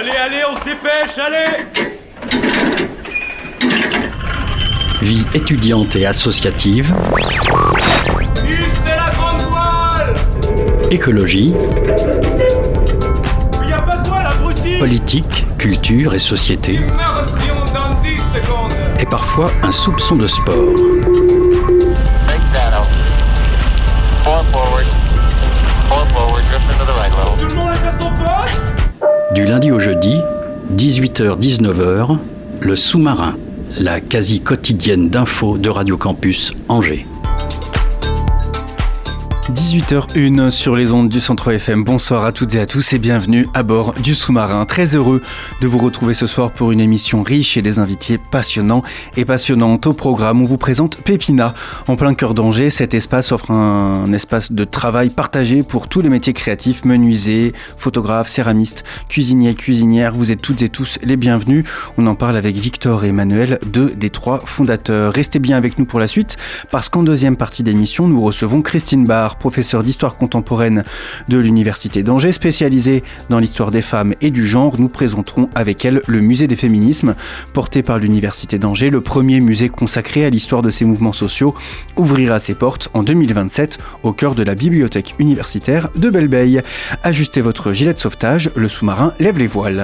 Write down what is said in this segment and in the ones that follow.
Allez, on se dépêche, allez! Vie étudiante et associative. C'est la grande voile! Écologie. Il y a pas de voile, abruti! Politique, culture et société. Immersion dans 10 secondes! Et parfois un soupçon de sport. Tout le monde est à son poste? Du lundi au jeudi, 18h-19h, le sous-marin, la quasi quotidienne d'infos de Radio Campus Angers. 18h01 sur les ondes du Centre FM. Bonsoir à toutes et à tous et bienvenue à bord du sous-marin. Très heureux de vous retrouver ce soir pour une émission riche et des invités passionnants et passionnantes. Au programme, on vous présente Pépina. En plein cœur d'Angers, cet espace offre un espace de travail partagé pour tous les métiers créatifs, menuisiers, photographes, céramistes, cuisiniers, cuisinières. Vous êtes toutes et tous les bienvenus. On en parle avec Victor et Emmanuel, deux des trois fondateurs. Restez bien avec nous pour la suite parce qu'en deuxième partie d'émission, nous recevons Christine Barre, professeure d'histoire contemporaine de l'Université d'Angers, spécialisée dans l'histoire des femmes et du genre. Nous présenterons avec elle le musée des féminismes, porté par l'Université d'Angers. Le premier musée consacré à l'histoire de ces mouvements sociaux ouvrira ses portes en 2027 au cœur de la bibliothèque universitaire de Belle-Beille. Ajustez votre gilet de sauvetage, le sous-marin lève les voiles.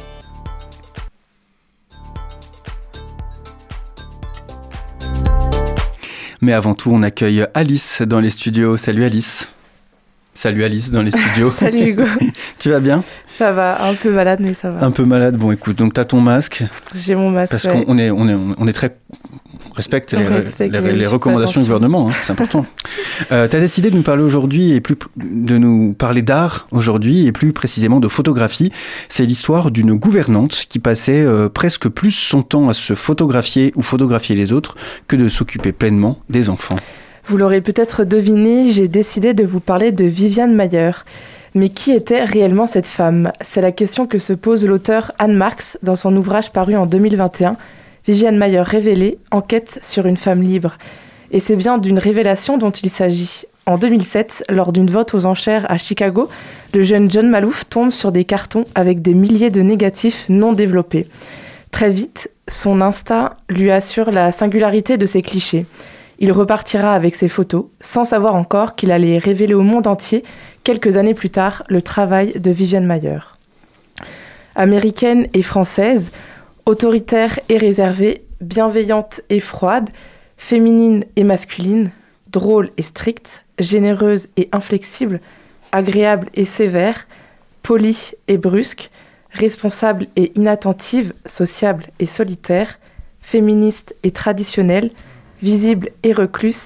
Mais avant tout, on accueille Alice dans les studios. Salut Alice. Salut Alice dans les studios. Salut Hugo. Tu vas bien ? Ça va, un peu malade mais ça va. Un peu malade, bon écoute, donc t'as ton masque. J'ai mon masque, parce ouais. qu'on est très... On respecte les recommandations du gouvernement, hein, c'est important. T'as décidé de nous parler aujourd'hui de nous parler d'art aujourd'hui et plus précisément de photographie. C'est l'histoire d'une gouvernante qui passait presque plus son temps à se photographier ou photographier les autres que de s'occuper pleinement des enfants. Vous l'aurez peut-être deviné, j'ai décidé de vous parler de Viviane Mayer. Mais qui était réellement cette femme ? C'est la question que se pose l'auteur Anne Marx dans son ouvrage paru en 2021, Viviane Mayer révélée, enquête sur une femme libre. Et c'est bien d'une révélation dont il s'agit. En 2007, lors d'une vente aux enchères à Chicago, le jeune John Maloof tombe sur des cartons avec des milliers de négatifs non développés. Très vite, son instinct lui assure la singularité de ses clichés. Il repartira avec ses photos, sans savoir encore qu'il allait révéler au monde entier, quelques années plus tard, le travail de Viviane Mayer. Américaine et française, autoritaire et réservée, bienveillante et froide, féminine et masculine, drôle et stricte, généreuse et inflexible, agréable et sévère, polie et brusque, responsable et inattentive, sociable et solitaire, féministe et traditionnelle, visible et recluse,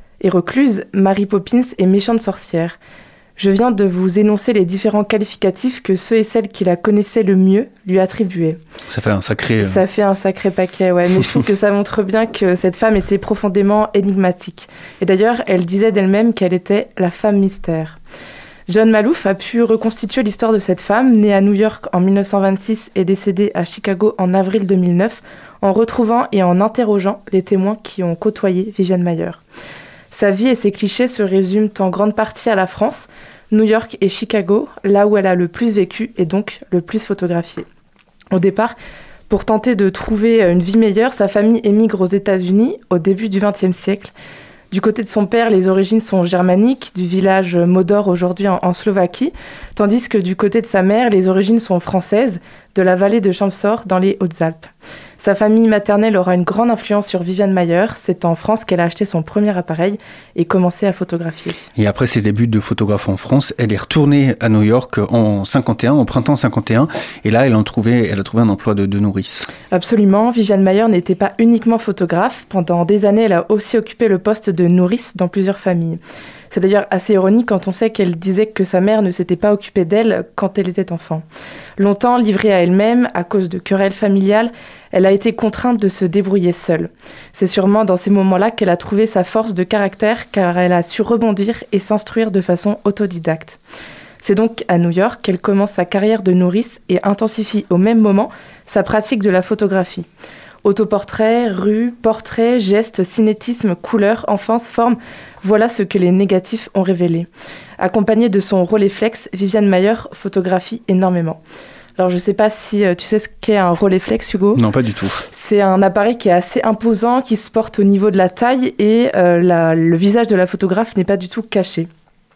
Mary Poppins et méchante sorcière. Je viens de vous énoncer les différents qualificatifs que ceux et celles qui la connaissaient le mieux lui attribuaient. Ça fait un sacré... Ça fait un sacré paquet, ouais. Mais je trouve que ça montre bien que cette femme était profondément énigmatique. Et d'ailleurs, elle disait d'elle-même qu'elle était la femme mystère. John Maloof a pu reconstituer l'histoire de cette femme, née à New York en 1926 et décédée à Chicago en avril 2009, en retrouvant et en interrogeant les témoins qui ont côtoyé Viviane Mayer. Sa vie et ses clichés se résument en grande partie à la France, New York et Chicago, là où elle a le plus vécu et donc le plus photographié. Au départ, pour tenter de trouver une vie meilleure, sa famille émigre aux États-Unis au début du XXe siècle. Du côté de son père, les origines sont germaniques, du village Modor aujourd'hui en Slovaquie, tandis que du côté de sa mère, les origines sont françaises, de la vallée de Champsaur dans les Hautes-Alpes. Sa famille maternelle aura une grande influence sur Viviane Mayer. C'est en France qu'elle a acheté son premier appareil et commencé à photographier. Et après ses débuts de photographe en France, elle est retournée à New York en printemps 51. Et là, elle a trouvé un emploi de nourrice. Absolument. Viviane Mayer n'était pas uniquement photographe. Pendant des années, elle a aussi occupé le poste de nourrice dans plusieurs familles. C'est d'ailleurs assez ironique quand on sait qu'elle disait que sa mère ne s'était pas occupée d'elle quand elle était enfant. Longtemps livrée à elle-même, à cause de querelles familiales, elle a été contrainte de se débrouiller seule. C'est sûrement dans ces moments-là qu'elle a trouvé sa force de caractère, car elle a su rebondir et s'instruire de façon autodidacte. C'est donc à New York qu'elle commence sa carrière de nourrice et intensifie au même moment sa pratique de la photographie. Autoportraits, rues, portraits, gestes, cinétisme, couleurs, enfance, forme, voilà ce que les négatifs ont révélé. Accompagnée de son Rolleiflex, Viviane Mayer photographie énormément. Alors je sais pas si tu sais ce qu'est un Rolleiflex, Hugo. Non, pas du tout. C'est un appareil qui est assez imposant, qui se porte au niveau de la taille et le visage de la photographe n'est pas du tout caché.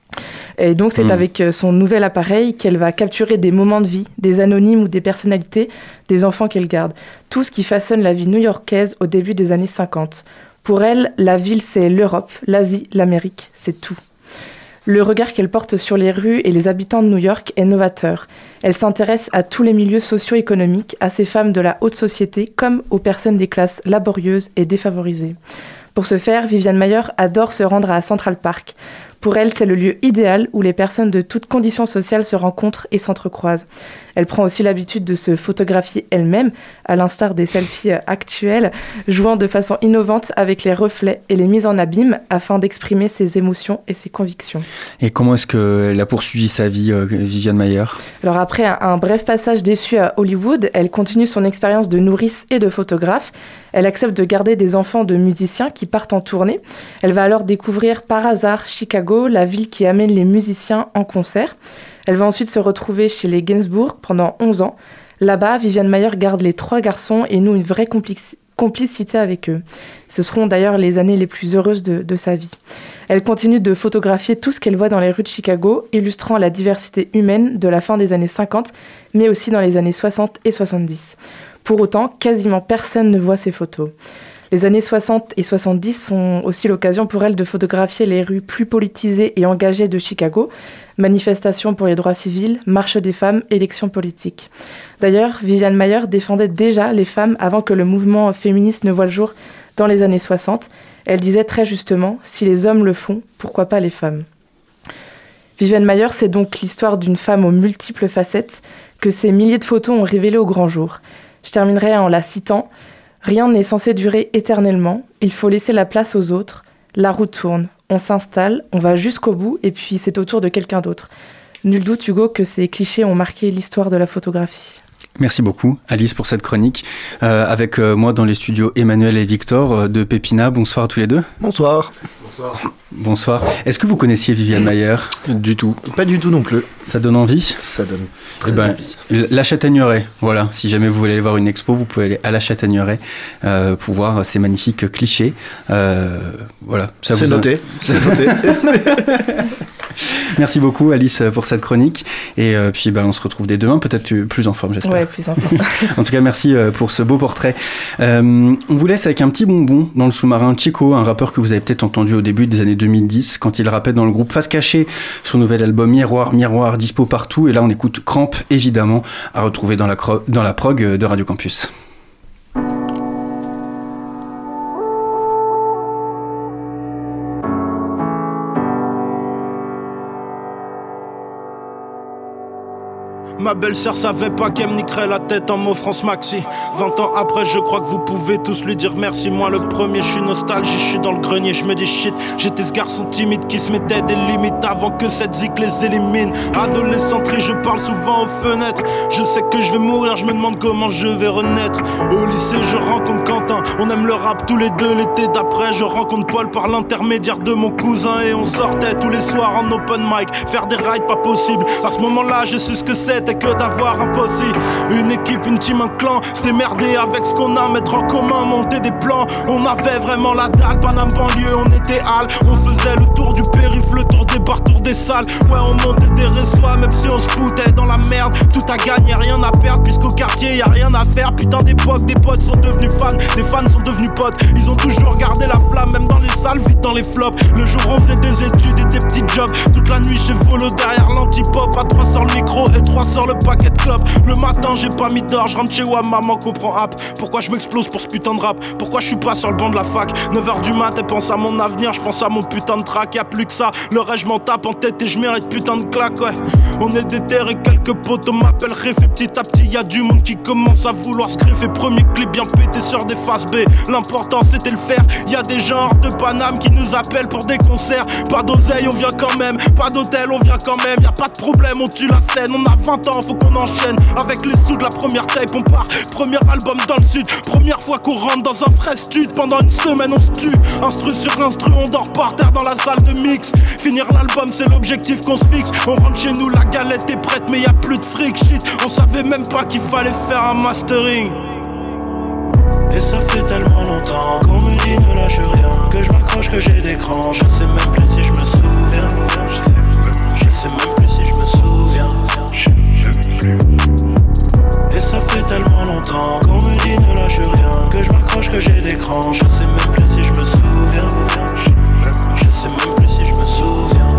Et donc c'est avec son nouvel appareil qu'elle va capturer des moments de vie, des anonymes ou des personnalités, des enfants qu'elle garde. Tout ce qui façonne la vie new-yorkaise au début des années 50. Pour elle, la ville c'est l'Europe, l'Asie, l'Amérique, c'est tout. Le regard qu'elle porte sur les rues et les habitants de New York est novateur. Elle s'intéresse à tous les milieux socio-économiques, à ces femmes de la haute société comme aux personnes des classes laborieuses et défavorisées. Pour ce faire, Viviane Maier adore se rendre à Central Park. Pour elle, c'est le lieu idéal où les personnes de toutes conditions sociales se rencontrent et s'entrecroisent. Elle prend aussi l'habitude de se photographier elle-même, à l'instar des selfies actuelles, jouant de façon innovante avec les reflets et les mises en abîme afin d'exprimer ses émotions et ses convictions. Et comment est-ce qu'elle a poursuivi sa vie, Viviane Maier ? Alors après un bref passage déçu à Hollywood, elle continue son expérience de nourrice et de photographe. Elle accepte de garder des enfants de musiciens qui partent en tournée. Elle va alors découvrir par hasard Chicago, la ville qui amène les musiciens en concert. Elle va ensuite se retrouver chez les Gainsbourg pendant 11 ans. Là-bas, Viviane Maier garde les 3 garçons et noue une vraie complicité avec eux. Ce seront d'ailleurs les années les plus heureuses de sa vie. Elle continue de photographier tout ce qu'elle voit dans les rues de Chicago, illustrant la diversité humaine de la fin des années 50, mais aussi dans les années 60 et 70. Pour autant, quasiment personne ne voit ces photos. Les années 60 et 70 sont aussi l'occasion pour elle de photographier les rues plus politisées et engagées de Chicago, manifestations pour les droits civils, marche des femmes, élections politiques. D'ailleurs, Viviane Maier défendait déjà les femmes avant que le mouvement féministe ne voie le jour dans les années 60. Elle disait très justement « Si les hommes le font, pourquoi pas les femmes ?» Viviane Maier, c'est donc l'histoire d'une femme aux multiples facettes que ces milliers de photos ont révélées au grand jour. Je terminerai en la citant « Rien n'est censé durer éternellement, il faut laisser la place aux autres. La roue tourne, on s'installe, on va jusqu'au bout et puis c'est au tour de quelqu'un d'autre. » Nul doute, Hugo, que ces clichés ont marqué l'histoire de la photographie. Merci beaucoup, Alice, pour cette chronique. Avec moi dans les studios, Emmanuel et Victor de Pépina. Bonsoir à tous les deux. Bonsoir. Bonsoir. Est-ce que vous connaissiez Viviane Maier ? Du tout. Pas du tout non plus. Ça donne envie ? Ça donne très envie. La Châtaigneraie, voilà. Si jamais vous voulez aller voir une expo, vous pouvez aller à la Châtaigneraie pour voir ces magnifiques clichés. Voilà. C'est noté. C'est noté. Merci beaucoup, Alice, pour cette chronique. Et puis, on se retrouve dès demain, peut-être plus en forme, j'espère. Ouais, plus en forme. En tout cas, merci pour ce beau portrait. On vous laisse avec un petit bonbon dans le sous-marin. Chico, un rappeur que vous avez peut-être entendu au début des années 2010, quand il rappait dans le groupe Face Cachée, son nouvel album Miroir, Miroir, dispo partout. Et là, on écoute Cramp, évidemment, à retrouver dans la prog de Radio Campus. Ma belle-sœur savait pas qu'elle me niquerait la tête en mot France Maxi. 20 ans après, je crois que vous pouvez tous lui dire merci. Moi le premier, je suis nostalgie, je suis dans le grenier, je me dis shit. J'étais ce garçon timide qui se mettait des limites avant que cette zik les élimine. Adolescent tri, je parle souvent aux fenêtres. Je sais que je vais mourir, je me demande comment je vais renaître. Au lycée, je rencontre Quentin, on aime le rap tous les deux. L'été d'après, je rencontre Paul par l'intermédiaire de mon cousin. Et on sortait tous les soirs en open mic, faire des rides pas possible. À ce moment-là, je sais ce que c'était que d'avoir un posse. Une équipe, une team, un clan. C'était merdé avec ce qu'on a, mettre en commun, monter des plans. On avait vraiment la dalle, Paname banlieue, on était hal. On faisait le tour du périph', le tour des bars, tour des salles. Ouais, on montait des ressois, même si on se foutait dans la merde. Tout à gagner, rien à perdre, puisqu'au quartier y'a rien à faire. Putain d'époque, des potes sont devenus fans, des fans sont devenus potes. Ils ont toujours gardé la flamme, même dans les salles, vite dans les flops. Le jour on faisait des études et des petits jobs. Toute la nuit chez Volo derrière l'anti-pop. À 3 sur le micro et 3 sur le paquet de clopes. Le matin j'ai pas mis d'or, je rentre chez WAM, maman comprend app. Pourquoi je m'explose pour ce putain de rap? Pourquoi je suis pas sur le banc de la fac? 9h du mat et pense à mon avenir, je pense à mon putain de track. Y'a plus que ça, le reste je m'en tape en tête et je mérite putain de claque, ouais. On est déterré, quelques potes, on m'appelle Réf. Et petit à petit y'a du monde qui commence à vouloir se greffer. Premier clip bien pété sur des faces B. L'important c'était le faire. Y'a des genres de Paname qui nous appellent pour des concerts. Pas d'oseille, on vient quand même. Pas d'hôtel, on vient quand même. Y'a pas de problème, on tue la scène. On a 20 ans, faut qu'on enchaîne. Avec les sous de la première tape, on part. Premier album dans le sud. Première fois qu'on rentre dans un vrai stud. Pendant une semaine, on se tue. Instru sur instru, on dort par terre dans la salle de mix. Finir l'album, c'est l'objectif qu'on se fixe. On rentre chez nous, la galette est prête, mais y'a plus plus de fric, shit. On savait même pas qu'il fallait faire un mastering. Et ça fait tellement longtemps qu'on me dit ne lâche rien, que je m'accroche, que j'ai des crans. Je sais même plus si je me souviens. Je sais même plus si je me souviens. Et ça fait tellement longtemps qu'on me dit ne lâche rien, que je m'accroche, que j'ai des crans. Je sais même plus si je me souviens. Je sais même plus si je me souviens.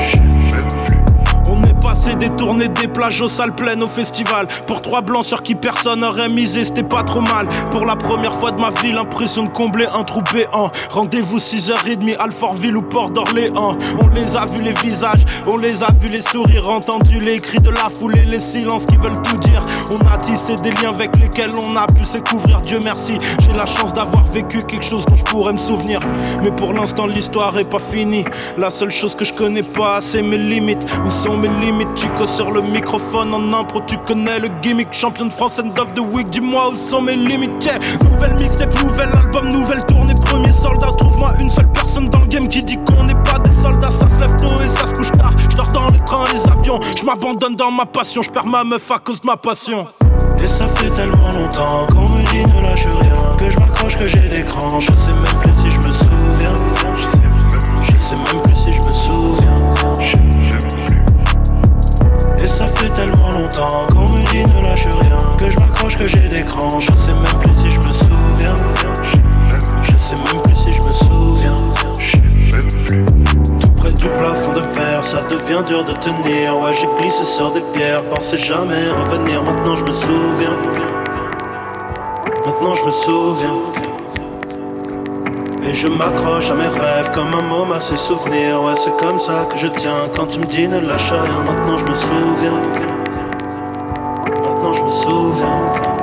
On est passé des tournées, des plages aux salles pleines au festival. Pour 3 blancs sur qui personne aurait misé, c'était pas trop mal. Pour la première fois de ma vie, l'impression de combler un trou béant. Rendez-vous 6h30, Alfortville ou Port d'Orléans. On les a vus les visages, on les a vus les sourires, entendu les cris de la foule et les silences qui veulent tout dire. On a tissé des liens avec lesquels on a pu s'écouvrir. Dieu merci, j'ai la chance d'avoir vécu quelque chose dont je pourrais me souvenir. Mais pour l'instant l'histoire est pas finie. La seule chose que je connais pas, c'est mes limites. Où sont mes limites? Chico sur le microphone en impro, tu connais le gimmick. Champion de France end of the week, dis-moi où sont mes limites. Yeah. Nouvelle mixtape, nouvel album, nouvelle tournée, premier soldat. Trouve-moi une seule personne dans le game qui dit qu'on n'est pas des soldats. Ça se lève tôt et ça se couche tard. Je dors dans les trains, les avions. Je m'abandonne dans ma passion, je perds ma meuf à cause de ma passion. Et ça fait tellement longtemps qu'on me dit ne lâche rien, que je m'accroche, que j'ai des crans. Je sais même plus si je me souviens. Je sais même plus si je me souviens. Et ça fait tellement longtemps qu'on me dit ne lâche rien, que je m'accroche, que j'ai des crans. Je sais même plus si je me souviens. Je sais même plus si je me souviens. Tout près du plafond de verre, ça devient dur de tenir. Ouais, j'ai glissé sur des pierres, pensais jamais revenir. Maintenant je me souviens. Maintenant je me souviens. Et je m'accroche à mes rêves comme un môme à ses souvenirs. Ouais, c'est comme ça que je tiens quand tu me dis ne lâche rien. Maintenant je me souviens. Maintenant je me souviens.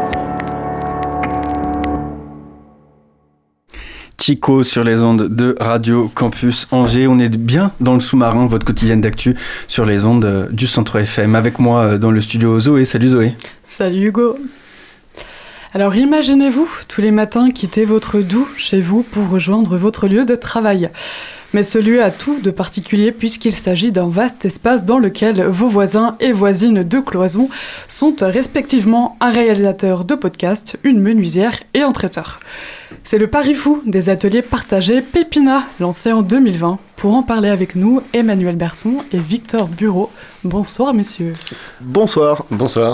Chico sur les ondes de Radio Campus Angers. On est bien dans le sous-marin, votre quotidienne d'actu sur les ondes du Centre FM. Avec moi dans le studio Zoé. Salut Zoé. Salut Hugo. Alors imaginez-vous tous les matins quitter votre doux chez vous pour rejoindre votre lieu de travail. Mais ce lieu a tout de particulier puisqu'il s'agit d'un vaste espace dans lequel vos voisins et voisines de cloison sont respectivement un réalisateur de podcast, une menuisière et un traiteur. C'est le pari fou des ateliers partagés Pépina, lancé en 2020. Pour en parler avec nous, Emmanuel Berson et Victor Bureau. Bonsoir messieurs. Bonsoir. Bonsoir.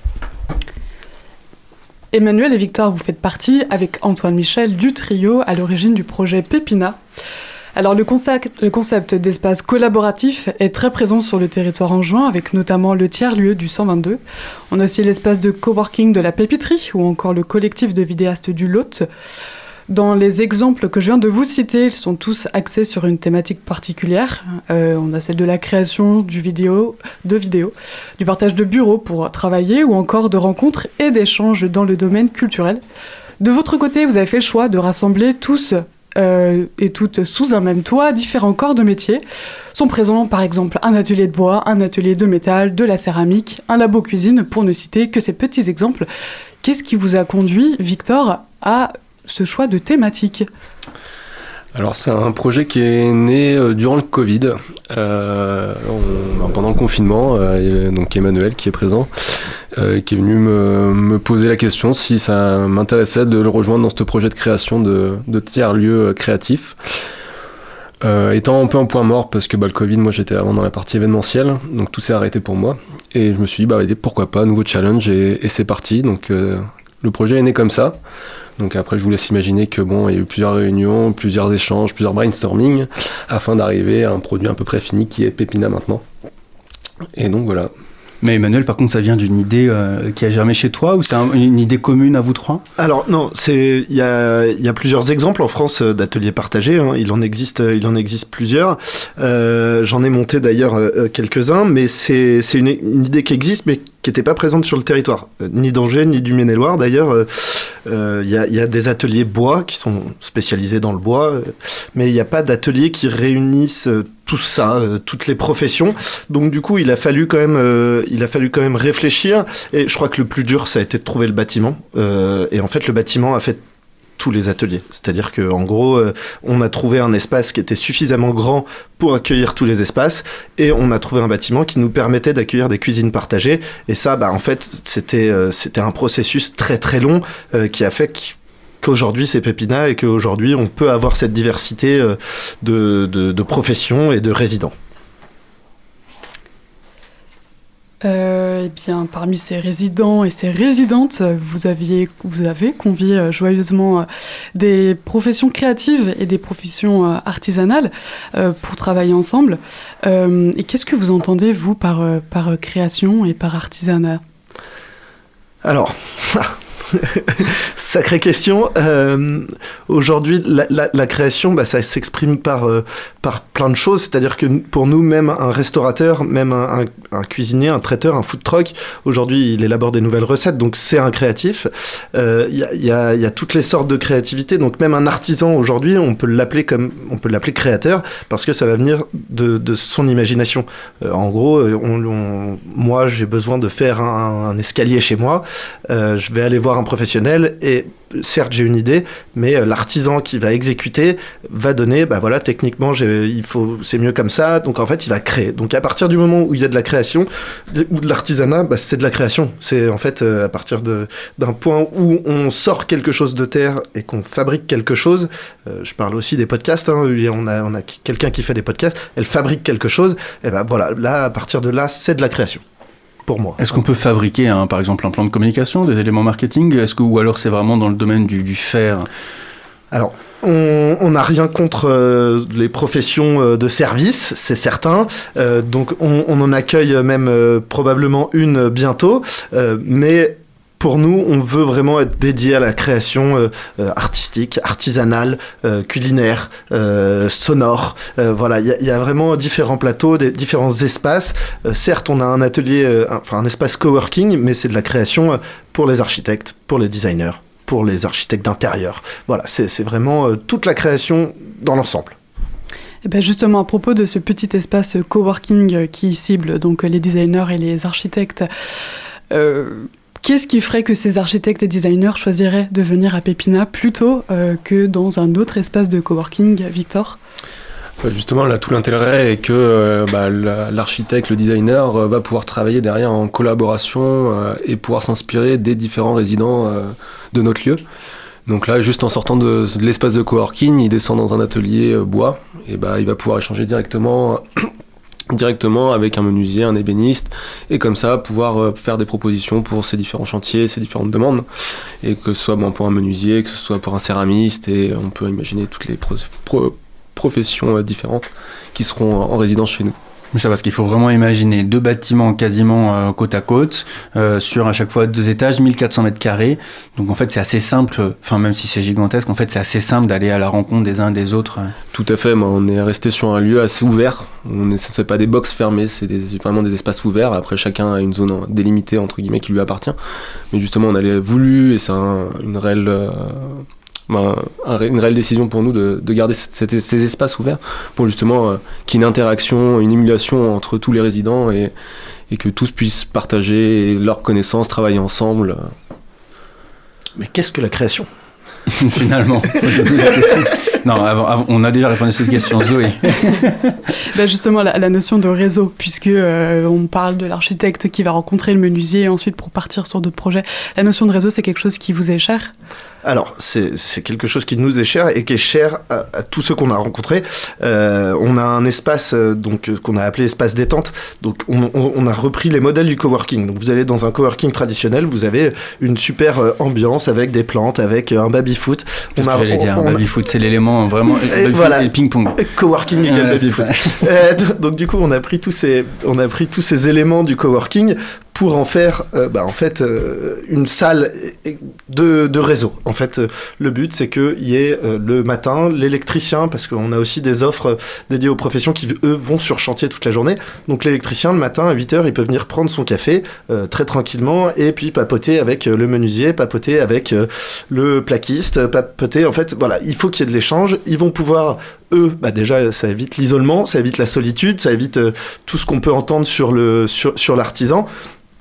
Emmanuel et Victor, vous faites partie, avec Antoine Michel, du trio à l'origine du projet Pépina. Alors le concept d'espace collaboratif est très présent sur le territoire angevin, avec notamment le tiers-lieu du 122. On a aussi l'espace de coworking de la Pépiterie, ou encore le collectif de vidéastes du Lot. Dans les exemples que je viens de vous citer, ils sont tous axés sur une thématique particulière. On a celle de la création de vidéos, du partage de bureaux pour travailler ou encore de rencontres et d'échanges dans le domaine culturel. De votre côté, vous avez fait le choix de rassembler tous et toutes sous un même toit différents corps de métier. Sont présents par exemple un atelier de bois, un atelier de métal, de la céramique, un labo cuisine, pour ne citer que ces petits exemples. Qu'est-ce qui vous a conduit, Victor, à ce choix de thématique? Alors c'est un projet qui est né durant le Covid, pendant le confinement, donc Emmanuel qui est présent, qui est venu me poser la question si ça m'intéressait de le rejoindre dans ce projet de création de tiers-lieux créatifs. Étant un peu un point mort parce que le Covid, moi j'étais avant dans la partie événementielle, donc tout s'est arrêté pour moi et je me suis dit pourquoi pas, nouveau challenge et c'est parti. Donc le projet est né comme ça. Donc après, je vous laisse imaginer que il y a eu plusieurs réunions, plusieurs échanges, plusieurs brainstorming afin d'arriver à un produit à peu près fini qui est Pépina maintenant. Et donc voilà. Mais Emmanuel, par contre, ça vient d'une idée qui a germé chez toi ou c'est une idée commune à vous trois? Alors non, il y a plusieurs exemples en France d'ateliers partagés. Hein. Il en existe plusieurs. J'en ai monté d'ailleurs quelques-uns, mais c'est une idée qui existe, mais qui n'était pas présente sur le territoire, ni d'Angers, ni du Maine-et-Loire. D'ailleurs, il y a des ateliers bois qui sont spécialisés dans le bois, mais il n'y a pas d'ateliers qui réunissent tout ça, toutes les professions. Donc du coup, il a fallu quand même réfléchir. Et je crois que le plus dur, ça a été de trouver le bâtiment. Et en fait, le bâtiment a fait tous les ateliers. C'est-à-dire qu'en gros, on a trouvé un espace qui était suffisamment grand pour accueillir tous les espaces, et on a trouvé un bâtiment qui nous permettait d'accueillir des cuisines partagées. Et ça, en fait, c'était un processus très très long qui a fait qu'aujourd'hui c'est Pépina, et qu'aujourd'hui on peut avoir cette diversité de professions et de résidents. Eh bien, parmi ces résidents et ces résidentes, vous avez convié joyeusement des professions créatives et des professions artisanales pour travailler ensemble. Et qu'est-ce que vous entendez, vous, par création et par artisanat ? Alors, sacrée question. Aujourd'hui, la création, ça s'exprime par plein de choses. C'est-à-dire que pour nous, même un restaurateur, même un cuisinier, un traiteur, un food truck, aujourd'hui, il élabore des nouvelles recettes. Donc, c'est un créatif. Il y a toutes les sortes de créativité. Donc, même un artisan, aujourd'hui, on peut l'appeler créateur, parce que ça va venir de son imagination. En gros, moi, j'ai besoin de faire un escalier chez moi. Je vais aller voir un professionnel, et certes j'ai une idée, mais l'artisan qui va exécuter va donner, techniquement c'est mieux comme ça, donc en fait il va créer. Donc à partir du moment où il y a de la création ou de l'artisanat, c'est de la création. C'est en fait à partir d'un point où on sort quelque chose de terre et qu'on fabrique quelque chose. Je parle aussi des podcasts, on a quelqu'un qui fait des podcasts, elle fabrique quelque chose, et là à partir de là c'est de la création. Pour moi. Est-ce qu'on peut fabriquer, par exemple, un plan de communication, des éléments marketing, ou alors c'est vraiment dans le domaine du faire ? Alors, on n'a rien contre les professions de service, c'est certain. Donc, on en accueille même probablement une bientôt. Mais pour nous, on veut vraiment être dédié à la création artistique, artisanale, culinaire, sonore. Voilà, il y a vraiment différents plateaux, différents espaces. Certes, on a un atelier, un espace coworking, mais c'est de la création pour les architectes, pour les designers, pour les architectes d'intérieur. Voilà, c'est vraiment toute la création dans l'ensemble. Et bien justement, à propos de ce petit espace coworking qui cible donc les designers et les architectes, qu'est-ce qui ferait que ces architectes et designers choisiraient de venir à Pépina plutôt que dans un autre espace de coworking, Victor ? Justement, là, tout l'intérêt est que l'architecte, le designer va pouvoir travailler derrière en collaboration et pouvoir s'inspirer des différents résidents de notre lieu. Donc là, juste en sortant de l'espace de coworking, il descend dans un atelier bois, et il va pouvoir échanger directement avec un menuisier, un ébéniste, et comme ça pouvoir faire des propositions pour ces différents chantiers, ces différentes demandes, et que ce soit pour un menuisier, que ce soit pour un céramiste, et on peut imaginer toutes les professions différentes qui seront en résidence chez nous. Ça, parce qu'il faut vraiment imaginer 2 bâtiments quasiment côte à côte, sur à chaque fois 2 étages, 1400 mètres carrés. Donc en fait, c'est assez simple, même si c'est gigantesque, en fait, c'est assez simple d'aller à la rencontre des uns des autres. Tout à fait, on est resté sur un lieu assez ouvert. C'est pas des box fermées, c'est vraiment des espaces ouverts. Après, chacun a une zone délimitée, entre guillemets, qui lui appartient. Mais justement, on avait voulu, et c'est une réelle décision pour nous de garder ces espaces ouverts pour justement qu'il y ait une interaction, une émulation entre tous les résidents et que tous puissent partager leurs connaissances, travailler ensemble. Mais qu'est-ce que la création ? Finalement, non, on a déjà répondu à cette question, Zoé. Justement, la notion de réseau, puisque on parle de l'architecte qui va rencontrer le menuisier ensuite pour partir sur d'autres projets. La notion de réseau, c'est quelque chose qui vous est cher ? Alors, c'est quelque chose qui nous est cher et qui est cher à tous ceux qu'on a rencontrés. On a un espace qu'on a appelé espace détente. Donc, on a repris les modèles du coworking. Donc, vous allez dans un coworking traditionnel, vous avez une super ambiance avec des plantes, avec un baby-foot. Un baby-foot, c'est l'élément vraiment... Voilà, le ping-pong. Coworking égale baby-foot. Donc, du coup, on a pris tous ces éléments du coworking pour en faire une salle de réseau. En fait, le but, c'est qu'il y ait le matin l'électricien, parce qu'on a aussi des offres dédiées aux professions qui, eux, vont sur chantier toute la journée. Donc l'électricien, le matin, à 8h, il peut venir prendre son café très tranquillement et puis papoter avec le menuisier, papoter avec le plaquiste, papoter... En fait, voilà, il faut qu'il y ait de l'échange. Ils vont pouvoir... Eux, déjà, ça évite l'isolement, ça évite la solitude, ça évite tout ce qu'on peut entendre sur l'artisan.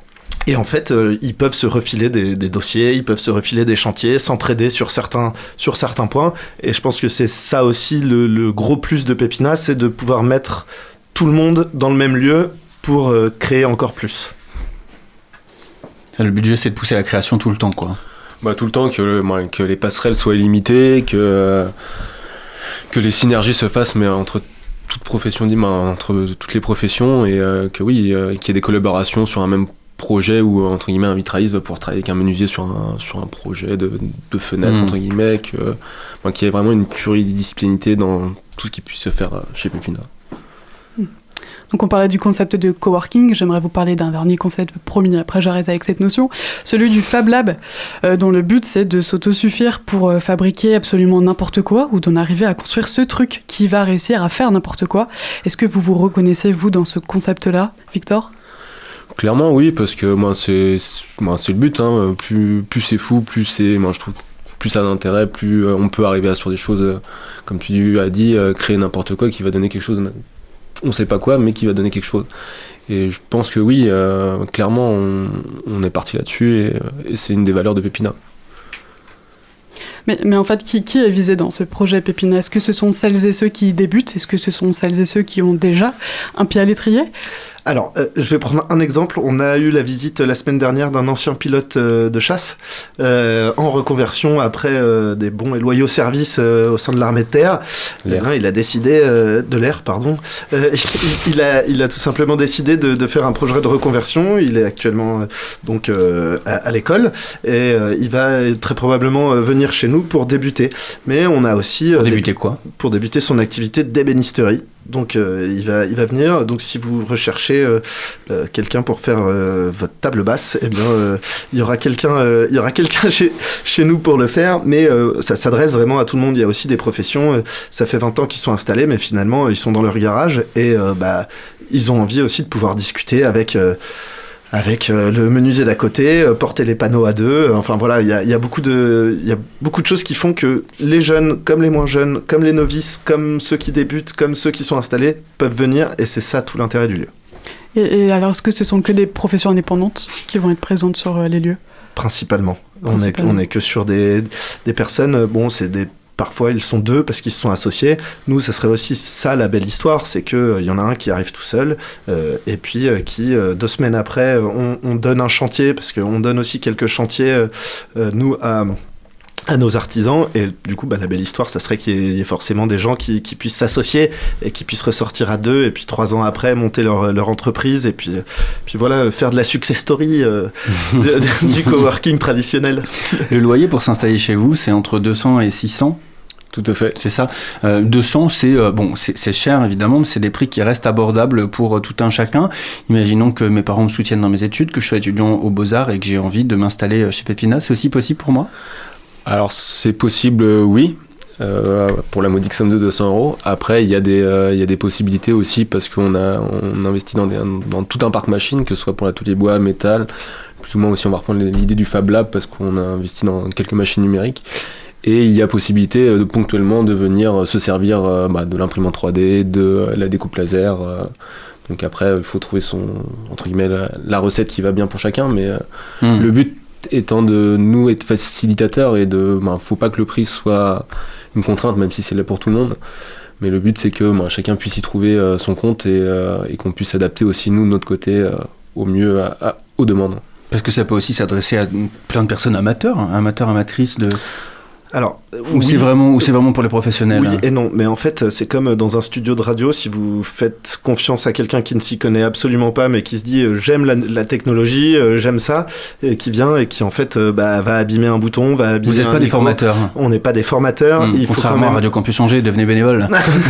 Et en fait, ils peuvent se refiler des dossiers, ils peuvent se refiler des chantiers, s'entraider sur certains points. Et je pense que c'est ça aussi le gros plus de Pépina, c'est de pouvoir mettre tout le monde dans le même lieu pour créer encore plus. Le budget, c'est de pousser la création tout le temps, quoi. Tout le temps, que les passerelles soient illimitées, que les synergies se fassent, mais entre toutes professions, entre toutes les professions, et qu'il y ait des collaborations sur un même projet où, entre guillemets, un vitrailliste va pouvoir travailler avec un menuisier sur un projet de fenêtre, entre guillemets, qu'il y ait vraiment une pluridisciplinité dans tout ce qui puisse se faire chez Pépina. Donc on parlait du concept de coworking, j'aimerais vous parler d'un dernier concept, promis, après j'arrête avec cette notion, celui du Fab Lab, dont le but c'est de s'autosuffire pour fabriquer absolument n'importe quoi, ou d'en arriver à construire ce truc qui va réussir à faire n'importe quoi. Est-ce que vous vous reconnaissez, vous, dans ce concept-là, Victor ? Clairement oui, parce que c'est le but, hein. Plus c'est fou, plus je trouve plus ça a d'intérêt, plus on peut arriver sur des choses, comme tu as dit, créer n'importe quoi qui va donner quelque chose, on sait pas quoi, mais qui va donner quelque chose. Et je pense que oui, clairement on est parti là-dessus, et c'est une des valeurs de Pépina. Mais en fait, qui est visé dans ce projet Pépina ? Est-ce que ce sont celles et ceux qui débutent ? Est-ce que ce sont celles et ceux qui ont déjà un pied à l'étrier ? Alors, je vais prendre un exemple. On a eu la visite la semaine dernière d'un ancien pilote de chasse en reconversion après des bons et loyaux services au sein de l'armée de terre. Il a décidé de l'air, pardon. Il a tout simplement décidé de faire un projet de reconversion. Il est actuellement donc à l'école et il va très probablement venir chez nous pour débuter. Mais on a aussi pour débuter quoi ? Pour débuter son activité d'ébénisterie. Donc il va venir. Donc si vous recherchez quelqu'un pour faire votre table basse, eh bien il y aura quelqu'un chez nous pour le faire. Mais ça s'adresse vraiment à tout le monde. Il y a aussi des professions. Ça fait 20 ans qu'ils sont installés, mais finalement ils sont dans leur garage et ils ont envie aussi de pouvoir discuter avec le menuisier d'à côté, porter les panneaux à deux. Enfin voilà, il y a beaucoup de choses qui font que les jeunes, comme les moins jeunes, comme les novices, comme ceux qui débutent, comme ceux qui sont installés, peuvent venir, et c'est ça tout l'intérêt du lieu. Et alors, est-ce que ce sont que des professions indépendantes qui vont être présentes sur les lieux ? Principalement. On est que sur des personnes, c'est des... Parfois, ils sont deux parce qu'ils se sont associés. Nous, ça serait aussi ça la belle histoire, c'est qu'il y en a un qui arrive tout seul et puis qui, 2 semaines après, on donne un chantier, parce qu'on donne aussi quelques chantiers, nous, à nos artisans. Et du coup, la belle histoire, ça serait qu'il y ait forcément des gens qui puissent s'associer et qui puissent ressortir à 2 et puis 3 ans après, monter leur entreprise et puis voilà, faire de la success story du coworking traditionnel. Le loyer pour s'installer chez vous, c'est entre 200 et 600 ? Tout à fait. C'est ça. 200, c'est cher évidemment, mais c'est des prix qui restent abordables pour tout un chacun. Imaginons que mes parents me soutiennent dans mes études, que je sois étudiant aux Beaux-Arts et que j'ai envie de m'installer chez Pépina. C'est aussi possible pour moi ? Alors c'est possible, oui, pour la modique somme de 200 €. Après, il y a des possibilités aussi parce qu'on investit dans tout un parc machine, que ce soit pour l'atelier bois, métal. Plus ou moins aussi, on va reprendre l'idée du Fab Lab parce qu'on a investi dans quelques machines numériques. Et il y a possibilité ponctuellement de venir se servir de l'imprimante 3D, de la découpe laser. Donc après, il faut trouver entre guillemets, la recette qui va bien pour chacun. Mais le but étant de nous être facilitateurs et faut pas que le prix soit une contrainte, même si c'est là pour tout le monde. Mais le but, c'est que chacun puisse y trouver son compte et qu'on puisse s'adapter aussi, nous, de notre côté, au mieux aux demandes. Parce que ça peut aussi s'adresser à plein de personnes amateurs, amatrices de... Alors, ou c'est vraiment pour les professionnels. Oui et non, mais en fait, c'est comme dans un studio de radio, si vous faites confiance à quelqu'un qui ne s'y connaît absolument pas, mais qui se dit j'aime la technologie, j'aime ça, et qui vient et qui en fait va abîmer un bouton, va abîmer un micro. Vous n'êtes pas des formateurs. On n'est pas des formateurs. Il faut contrairement à Radio Campus Angers, devenez bénévole.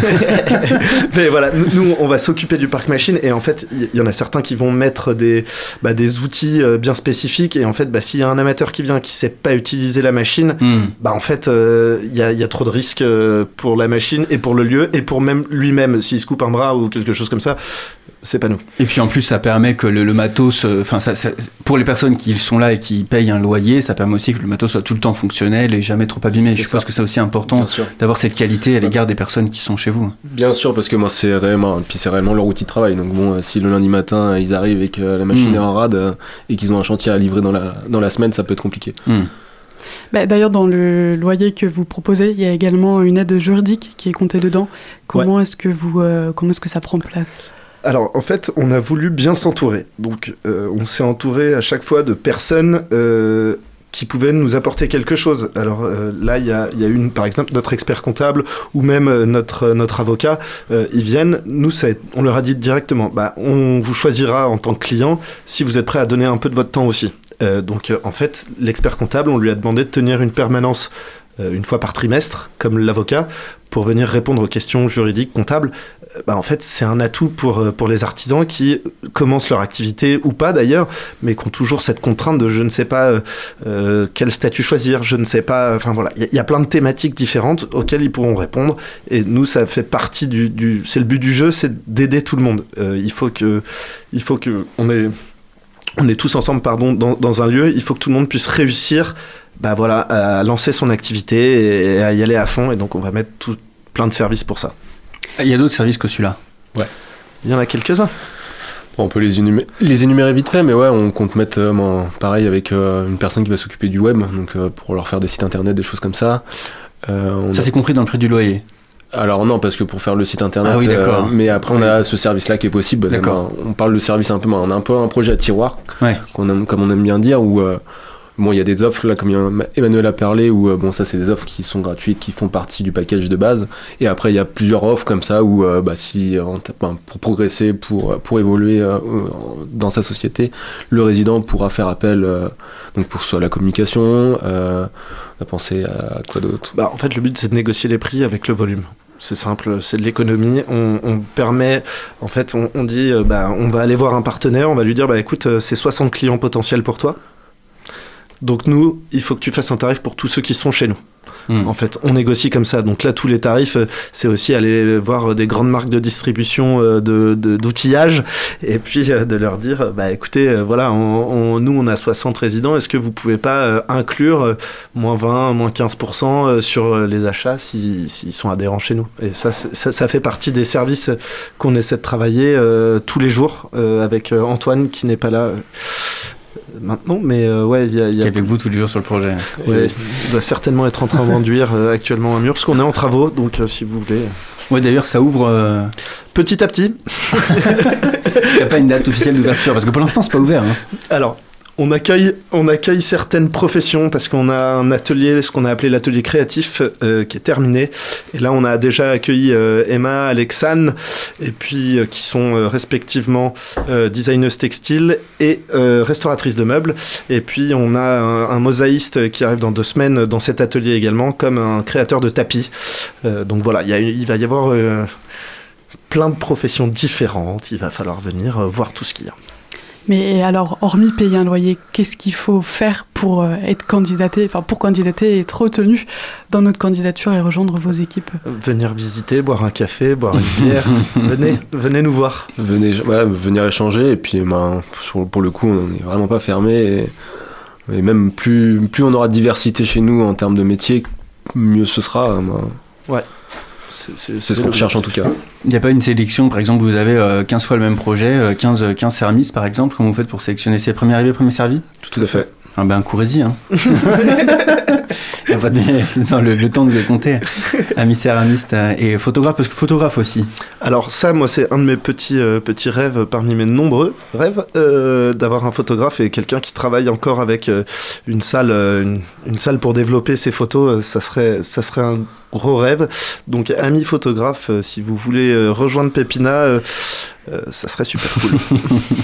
Mais voilà, nous on va s'occuper du parc machine et en fait, il y en a certains qui vont mettre des outils bien spécifiques et en fait, s'il y a un amateur qui vient qui sait pas utiliser la machine, en fait, il y a trop de risques pour la machine et pour le lieu et pour même lui-même s'il se coupe un bras ou quelque chose comme ça. c'est pas nous. Et puis en plus, ça permet que le matos, pour les personnes qui sont là et qui payent un loyer, ça permet aussi que le matos soit tout le temps fonctionnel et jamais trop abîmé. Je pense que c'est aussi important d'avoir cette qualité à l'égard des personnes qui sont chez vous. Bien sûr, parce que moi, c'est réellement leur outil de travail. Donc bon, si le lundi matin, ils arrivent et que la machine est en rade et qu'ils ont un chantier à livrer dans la semaine, ça peut être compliqué. D'ailleurs, dans le loyer que vous proposez, il y a également une aide juridique qui est comptée dedans. Comment est-ce que ça prend place ? Alors, en fait, on a voulu bien s'entourer. Donc, on s'est entouré à chaque fois de personnes qui pouvaient nous apporter quelque chose. Alors là, il y a par exemple, notre expert comptable ou même notre avocat. Ils viennent, nous, on leur a dit directement, on vous choisira en tant que client si vous êtes prêt à donner un peu de votre temps aussi. Donc, en fait, l'expert comptable, on lui a demandé de tenir une permanence une fois par trimestre, comme l'avocat, pour venir répondre aux questions juridiques, comptables. En fait, c'est un atout pour les artisans qui commencent leur activité, ou pas d'ailleurs, mais qui ont toujours cette contrainte de je ne sais pas quel statut choisir, je ne sais pas... Enfin voilà, il y a plein de thématiques différentes auxquelles ils pourront répondre. Et nous, ça fait partie c'est le but du jeu, c'est d'aider tout le monde. Il faut que on est tous ensemble dans un lieu, il faut que tout le monde puisse réussir à lancer son activité et à y aller à fond. Et donc, on va mettre plein de services pour ça. Il y a d'autres services que celui-là. Ouais. Il y en a quelques-uns. On peut les énumérer vite fait, mais ouais, on compte mettre pareil avec une personne qui va s'occuper du web, donc pour leur faire des sites internet, des choses comme ça. C'est compris dans le prix du loyer. Alors non, parce que pour faire le site internet, ah oui, d'accord. Mais après on a ce service-là qui est possible. On parle de service on a un peu un projet à tiroir, comme on aime bien dire, où il y a des offres là, comme Emmanuel a parlé, où ça c'est des offres qui sont gratuites, qui font partie du package de base. Et après il y a plusieurs offres comme ça où pour progresser, pour évoluer dans sa société, le résident pourra faire appel donc pour soit la communication. On a pensé à quoi d'autre ? En fait, le but c'est de négocier les prix avec le volume. C'est simple, c'est de l'économie. On permet, en fait, on dit, on va aller voir un partenaire, on va lui dire, écoute, c'est 60 clients potentiels pour toi. Donc nous, il faut que tu fasses un tarif pour tous ceux qui sont chez nous. En fait, on négocie comme ça. Donc là, tous les tarifs, c'est aussi aller voir des grandes marques de distribution d'outillage et puis de leur dire, écoutez, voilà, nous, on a 60 résidents. Est-ce que vous pouvez pas inclure moins 20, moins 15% sur les achats s'ils sont adhérents chez nous ? Et ça fait partie des services qu'on essaie de travailler tous les jours avec Antoine qui n'est pas là maintenant, mais il y a avec vous tous les jours sur le projet. Ouais, il doit certainement être en train d'enduire actuellement un mur, parce qu'on est en travaux, donc si vous voulez. Ouais, d'ailleurs, ça ouvre petit à petit. Il n'y a pas une date officielle d'ouverture, parce que pour l'instant, c'est pas ouvert. Alors, on accueille certaines professions parce qu'on a un atelier, ce qu'on a appelé l'atelier créatif, qui est terminé. Et là, on a déjà accueilli Emma, Alexane, et puis qui sont respectivement designeuses textiles et restauratrices de meubles. Et puis, on a un mosaïste qui arrive dans 2 semaines dans cet atelier également, comme un créateur de tapis. Donc voilà, il va y avoir plein de professions différentes. Il va falloir venir voir tout ce qu'il y a. Mais alors, hormis payer un loyer, qu'est-ce qu'il faut faire pour être candidaté, pour candidater et être retenu dans notre candidature et rejoindre vos équipes ? Venir visiter, boire un café, boire une bière. venez nous voir. Venir échanger, et puis pour le coup, on n'est vraiment pas fermé. Et même plus on aura de diversité chez nous en termes de métier, mieux ce sera. Ouais. C'est ce qu'on recherche en tout cas. Il n'y a pas une sélection, par exemple, vous avez 15 fois le même projet, 15 services par exemple, comment vous faites pour sélectionner ces premiers arrivés, premiers servis ? Tout à fait. Courez-y. Il n'y a pas le temps que vous avez compté. Amis céramistes et photographe, parce que photographe aussi. Alors ça, moi, c'est un de mes petits rêves parmi mes nombreux rêves, d'avoir un photographe et quelqu'un qui travaille encore avec une salle pour développer ses photos. Ça serait un gros rêve. Donc, amis photographes, si vous voulez rejoindre Pépina, ça serait super cool.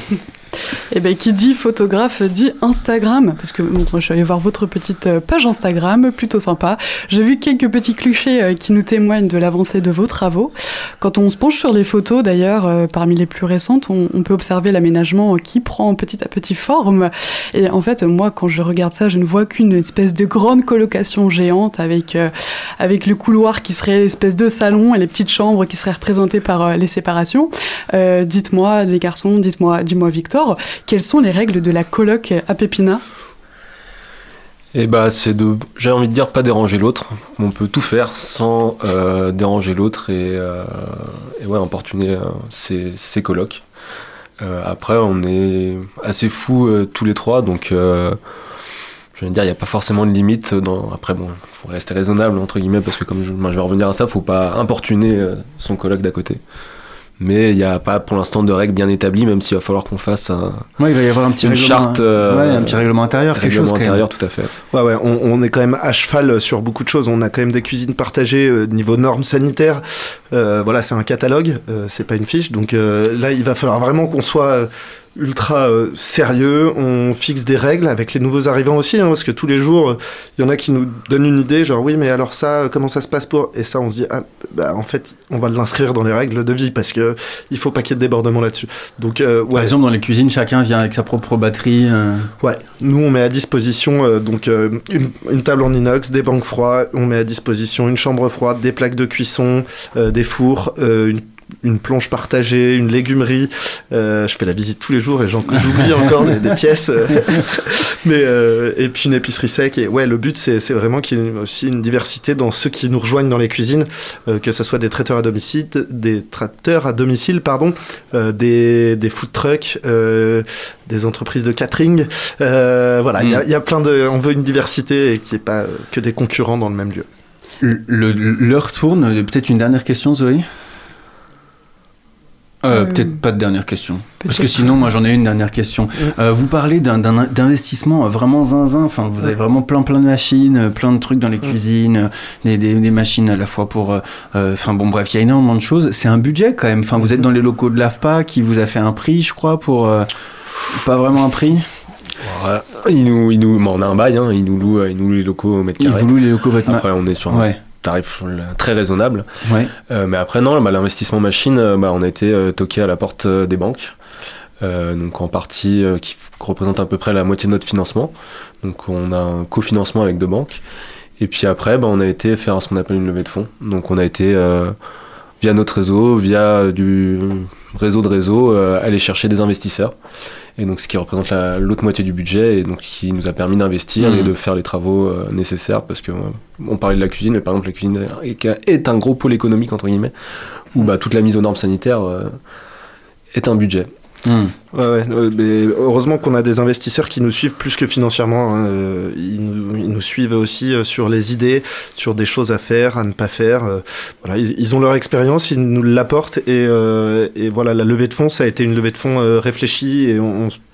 Et bien, qui dit photographe dit Instagram, parce que moi je suis allée voir votre petite page Instagram, plutôt sympa. J'ai vu quelques petits clichés qui nous témoignent de l'avancée de vos travaux. Quand on se penche sur les photos, d'ailleurs, parmi les plus récentes, on peut observer l'aménagement qui prend petit à petit forme. Et en fait, moi, quand je regarde ça, je ne vois qu'une espèce de grande colocation géante avec le couloir qui serait l'espèce de salon et les petites chambres qui seraient représentées par les séparations. Dites-moi, les garçons, dis-moi Victor, quelles sont les règles de la coloc à Pépina ? Et c'est j'ai envie de dire, pas déranger l'autre. On peut tout faire sans déranger l'autre et importuner ses colocs. Après, on est assez fous tous les trois, donc je veux dire, il n'y a pas forcément de limite. Après, bon, il faut rester raisonnable, entre guillemets, parce que comme je vais revenir à ça, il ne faut pas importuner son coloc d'à côté. Mais il n'y a pas pour l'instant de règles bien établies, même s'il va falloir qu'on fasse il va y avoir un petit une règlement, charte. Un petit règlement intérieur, quelque chose. Intérieur, tout à fait. Ouais, on est quand même à cheval sur beaucoup de choses. On a quand même des cuisines partagées niveau normes sanitaires. C'est un catalogue, c'est pas une fiche. Donc là, il va falloir vraiment qu'on soit ultra sérieux. On fixe des règles avec les nouveaux arrivants aussi, parce que tous les jours, il y en a qui nous donnent une idée, genre oui, mais alors ça, comment ça se passe pour... Et ça, on se dit, en fait, on va l'inscrire dans les règles de vie, parce que il faut pas qu'il y ait de débordement là-dessus. Donc, Par exemple, dans les cuisines, chacun vient avec sa propre batterie. Ouais, nous, on met à disposition une table en inox, des bancs froids, on met à disposition une chambre froide, des plaques de cuisson, des fours, une plonge partagée, une légumerie. Je fais la visite tous les jours et j'oublie encore des pièces. Et puis une épicerie sec. Et ouais, le but, c'est vraiment qu'il y ait aussi une diversité dans ceux qui nous rejoignent dans les cuisines, que ce soit des traiteurs à domicile, des food trucks, des entreprises de catering. Il y a plein de... On veut une diversité et qu'il n'y ait pas que des concurrents dans le même lieu. L'heure tourne. Peut-être une dernière question, Zoé ? Peut-être pas de dernière question. Parce que sinon, moi, j'en ai une dernière question. Vous parlez d'investissement vraiment zinzin. Enfin, vous avez vraiment plein de machines, plein de trucs dans les cuisines, des machines à la fois pour... bref, il y a énormément de choses. C'est un budget, quand même. Enfin, vous êtes dans les locaux de l'AFPA qui vous a fait un prix, je crois, pour... pas vraiment un prix. On a un bail, il nous loue les locaux au mètre carré. Il vous loue les locaux au mètre carré. Après, on est sur tarif très raisonnable. Ouais. Mais après, non, l'investissement machine, on a été toqué à la porte des banques. Donc en partie qui représente à peu près la moitié de notre financement. Donc on a un cofinancement avec 2 banques. Et puis après, on a été faire ce qu'on appelle une levée de fonds. Donc on a été, via notre réseau, via du réseau de réseau, aller chercher des investisseurs. Et donc ce qui représente l'autre moitié du budget et donc qui nous a permis d'investir et de faire les travaux nécessaires, parce que on parlait de la cuisine, mais par exemple la cuisine est un gros pôle économique entre guillemets où toute la mise aux normes sanitaires est un budget. Mais heureusement qu'on a des investisseurs qui nous suivent plus que financièrement. Ils nous suivent aussi sur les idées, sur des choses à faire, à ne pas faire. Ils ont leur expérience, ils nous l'apportent et voilà, la levée de fonds, ça a été une levée de fonds réfléchie et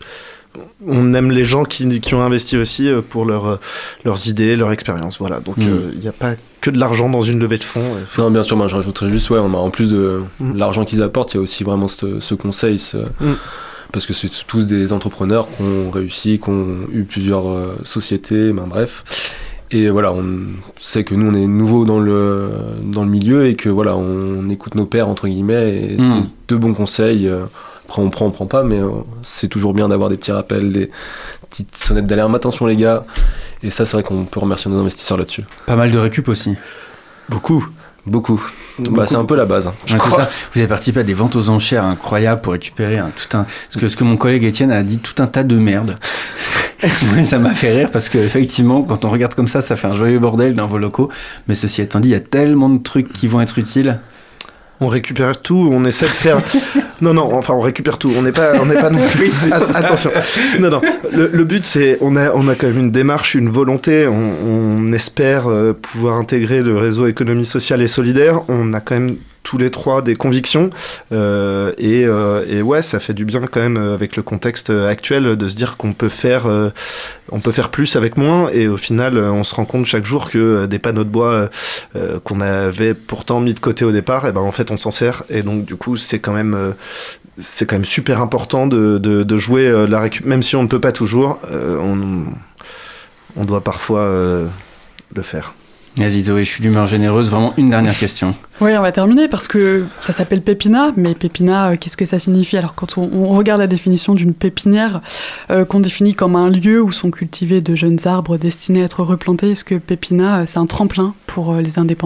on aime les gens qui ont investi aussi pour leurs idées, leur expérience. Voilà, donc il n'y a pas que de l'argent dans une levée de fonds. Non, bien sûr, moi je rajouterais juste, en plus de l'argent qu'ils apportent, il y a aussi vraiment ce conseil, parce que c'est tous des entrepreneurs qui ont réussi, qui ont eu plusieurs sociétés, bref. Et voilà, on sait que nous on est nouveaux dans le milieu et que voilà, on écoute nos pairs entre guillemets et c'est de bons conseils. Après on prend pas, mais c'est toujours bien d'avoir des petits rappels, des petites sonnettes d'alarme, attention les gars. Et ça, c'est vrai qu'on peut remercier nos investisseurs là-dessus. Pas mal de récup aussi. Beaucoup. C'est un peu la base, je crois. Ça. Vous avez participé à des ventes aux enchères incroyables pour récupérer ce que mon collègue Étienne a dit, tout un tas de merde. Ça m'a fait rire parce qu'effectivement, quand on regarde comme ça fait un joyeux bordel dans vos locaux. Mais ceci étant dit, il y a tellement de trucs qui vont être utiles. On récupère tout, on essaie de faire... on récupère tout, on n'est pas non plus... Attention. Non, le but c'est, on a quand même une démarche, une volonté, on espère pouvoir intégrer le réseau économie sociale et solidaire, on a quand même tous les trois des convictions et ouais, ça fait du bien quand même avec le contexte actuel de se dire qu'on peut faire plus avec moins et au final on se rend compte chaque jour que des panneaux de bois qu'on avait pourtant mis de côté au départ, en fait on s'en sert et donc du coup c'est quand même c'est quand même super important de jouer la récup, même si on ne peut pas toujours, on doit parfois le faire. Vas-y Zoé, je suis d'humeur généreuse, vraiment une dernière question. Oui, on va terminer parce que ça s'appelle pépinat, mais pépinat, qu'est-ce que ça signifie ? Alors quand on regarde la définition d'une pépinière, qu'on définit comme un lieu où sont cultivés de jeunes arbres destinés à être replantés, est-ce que pépinat, c'est un tremplin pour les indépendants ?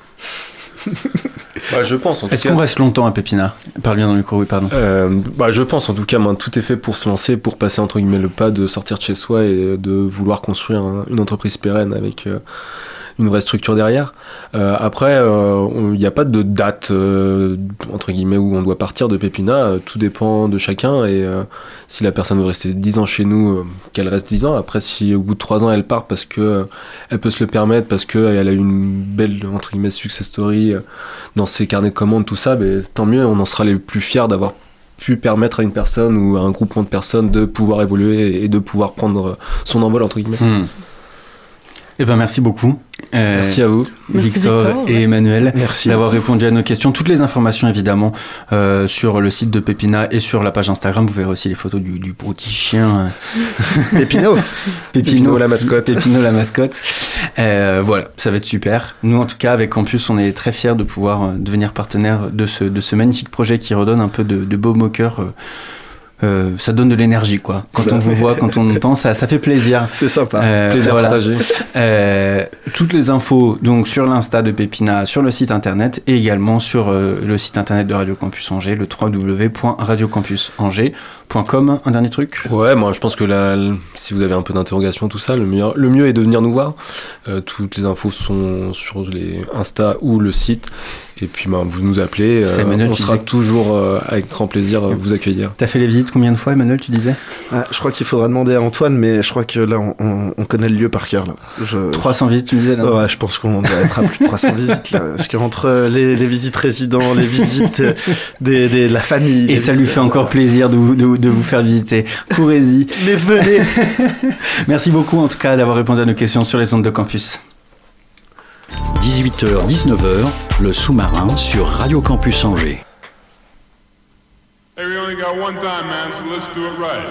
Je pense. Est-ce qu'on reste longtemps à Pépinat ? Parle bien dans le micro, oui, pardon. Je pense en tout cas, tout est fait pour se lancer, pour passer entre guillemets le pas de sortir de chez soi et de vouloir construire une entreprise pérenne avec une vraie structure derrière. Après, il n'y a pas de date entre guillemets où on doit partir de Pépinat. Tout dépend de chacun et si la personne veut rester 10 ans chez nous, qu'elle reste 10 ans. Après, si au bout de 3 ans elle part parce que elle peut se le permettre, parce qu'elle a une belle entre guillemets success story dans ses carnets de commandes, tout ça, tant mieux. On en sera les plus fiers d'avoir pu permettre à une personne ou à un groupement de personnes de pouvoir évoluer et de pouvoir prendre son envol entre guillemets. Eh ben merci beaucoup. Merci à vous. Victor et Emmanuel, merci d'avoir répondu à nos questions. Toutes les informations évidemment sur le site de Pépinat et sur la page Instagram. Vous verrez aussi les photos du petit chien. Pépino la mascotte. Pépino la mascotte. Voilà, ça va être super. Nous en tout cas avec Campus, on est très fiers de pouvoir devenir partenaire de ce magnifique projet qui redonne un peu de baume au cœur. Ça donne de l'énergie quoi. Quand on vous voit, quand on entend, ça fait plaisir. C'est sympa. Plaisir partagé. Toutes les infos donc sur l'Insta de Pépinat, sur le site internet et également sur le site internet de Radio Campus Angers, le www.radiocampusangers.com. Un dernier truc ? Ouais, moi je pense que là, si vous avez un peu d'interrogation, tout ça, le mieux est de venir nous voir. Toutes les infos sont sur les Insta ou le site. Et puis vous nous appelez, on sera toujours avec grand plaisir vous accueillir. T'as fait les visites combien de fois, Emmanuel, tu disais ? Je crois qu'il faudra demander à Antoine, mais je crois que là on connaît le lieu par cœur. Là. 300 visites, tu me disais là ? Ouais, je pense qu'on doit être à plus de 300 visites là. Parce qu'entre les visites résidents, les visites de la famille... Et ça lui fait encore plaisir de vous faire visiter. Courez-y. Mais venez. Merci beaucoup en tout cas d'avoir répondu à nos questions sur les ondes de campus. 18h, 19h, le sous-marin sur Radio Campus Angers. Hey, we only got one time, man, so let's do it right.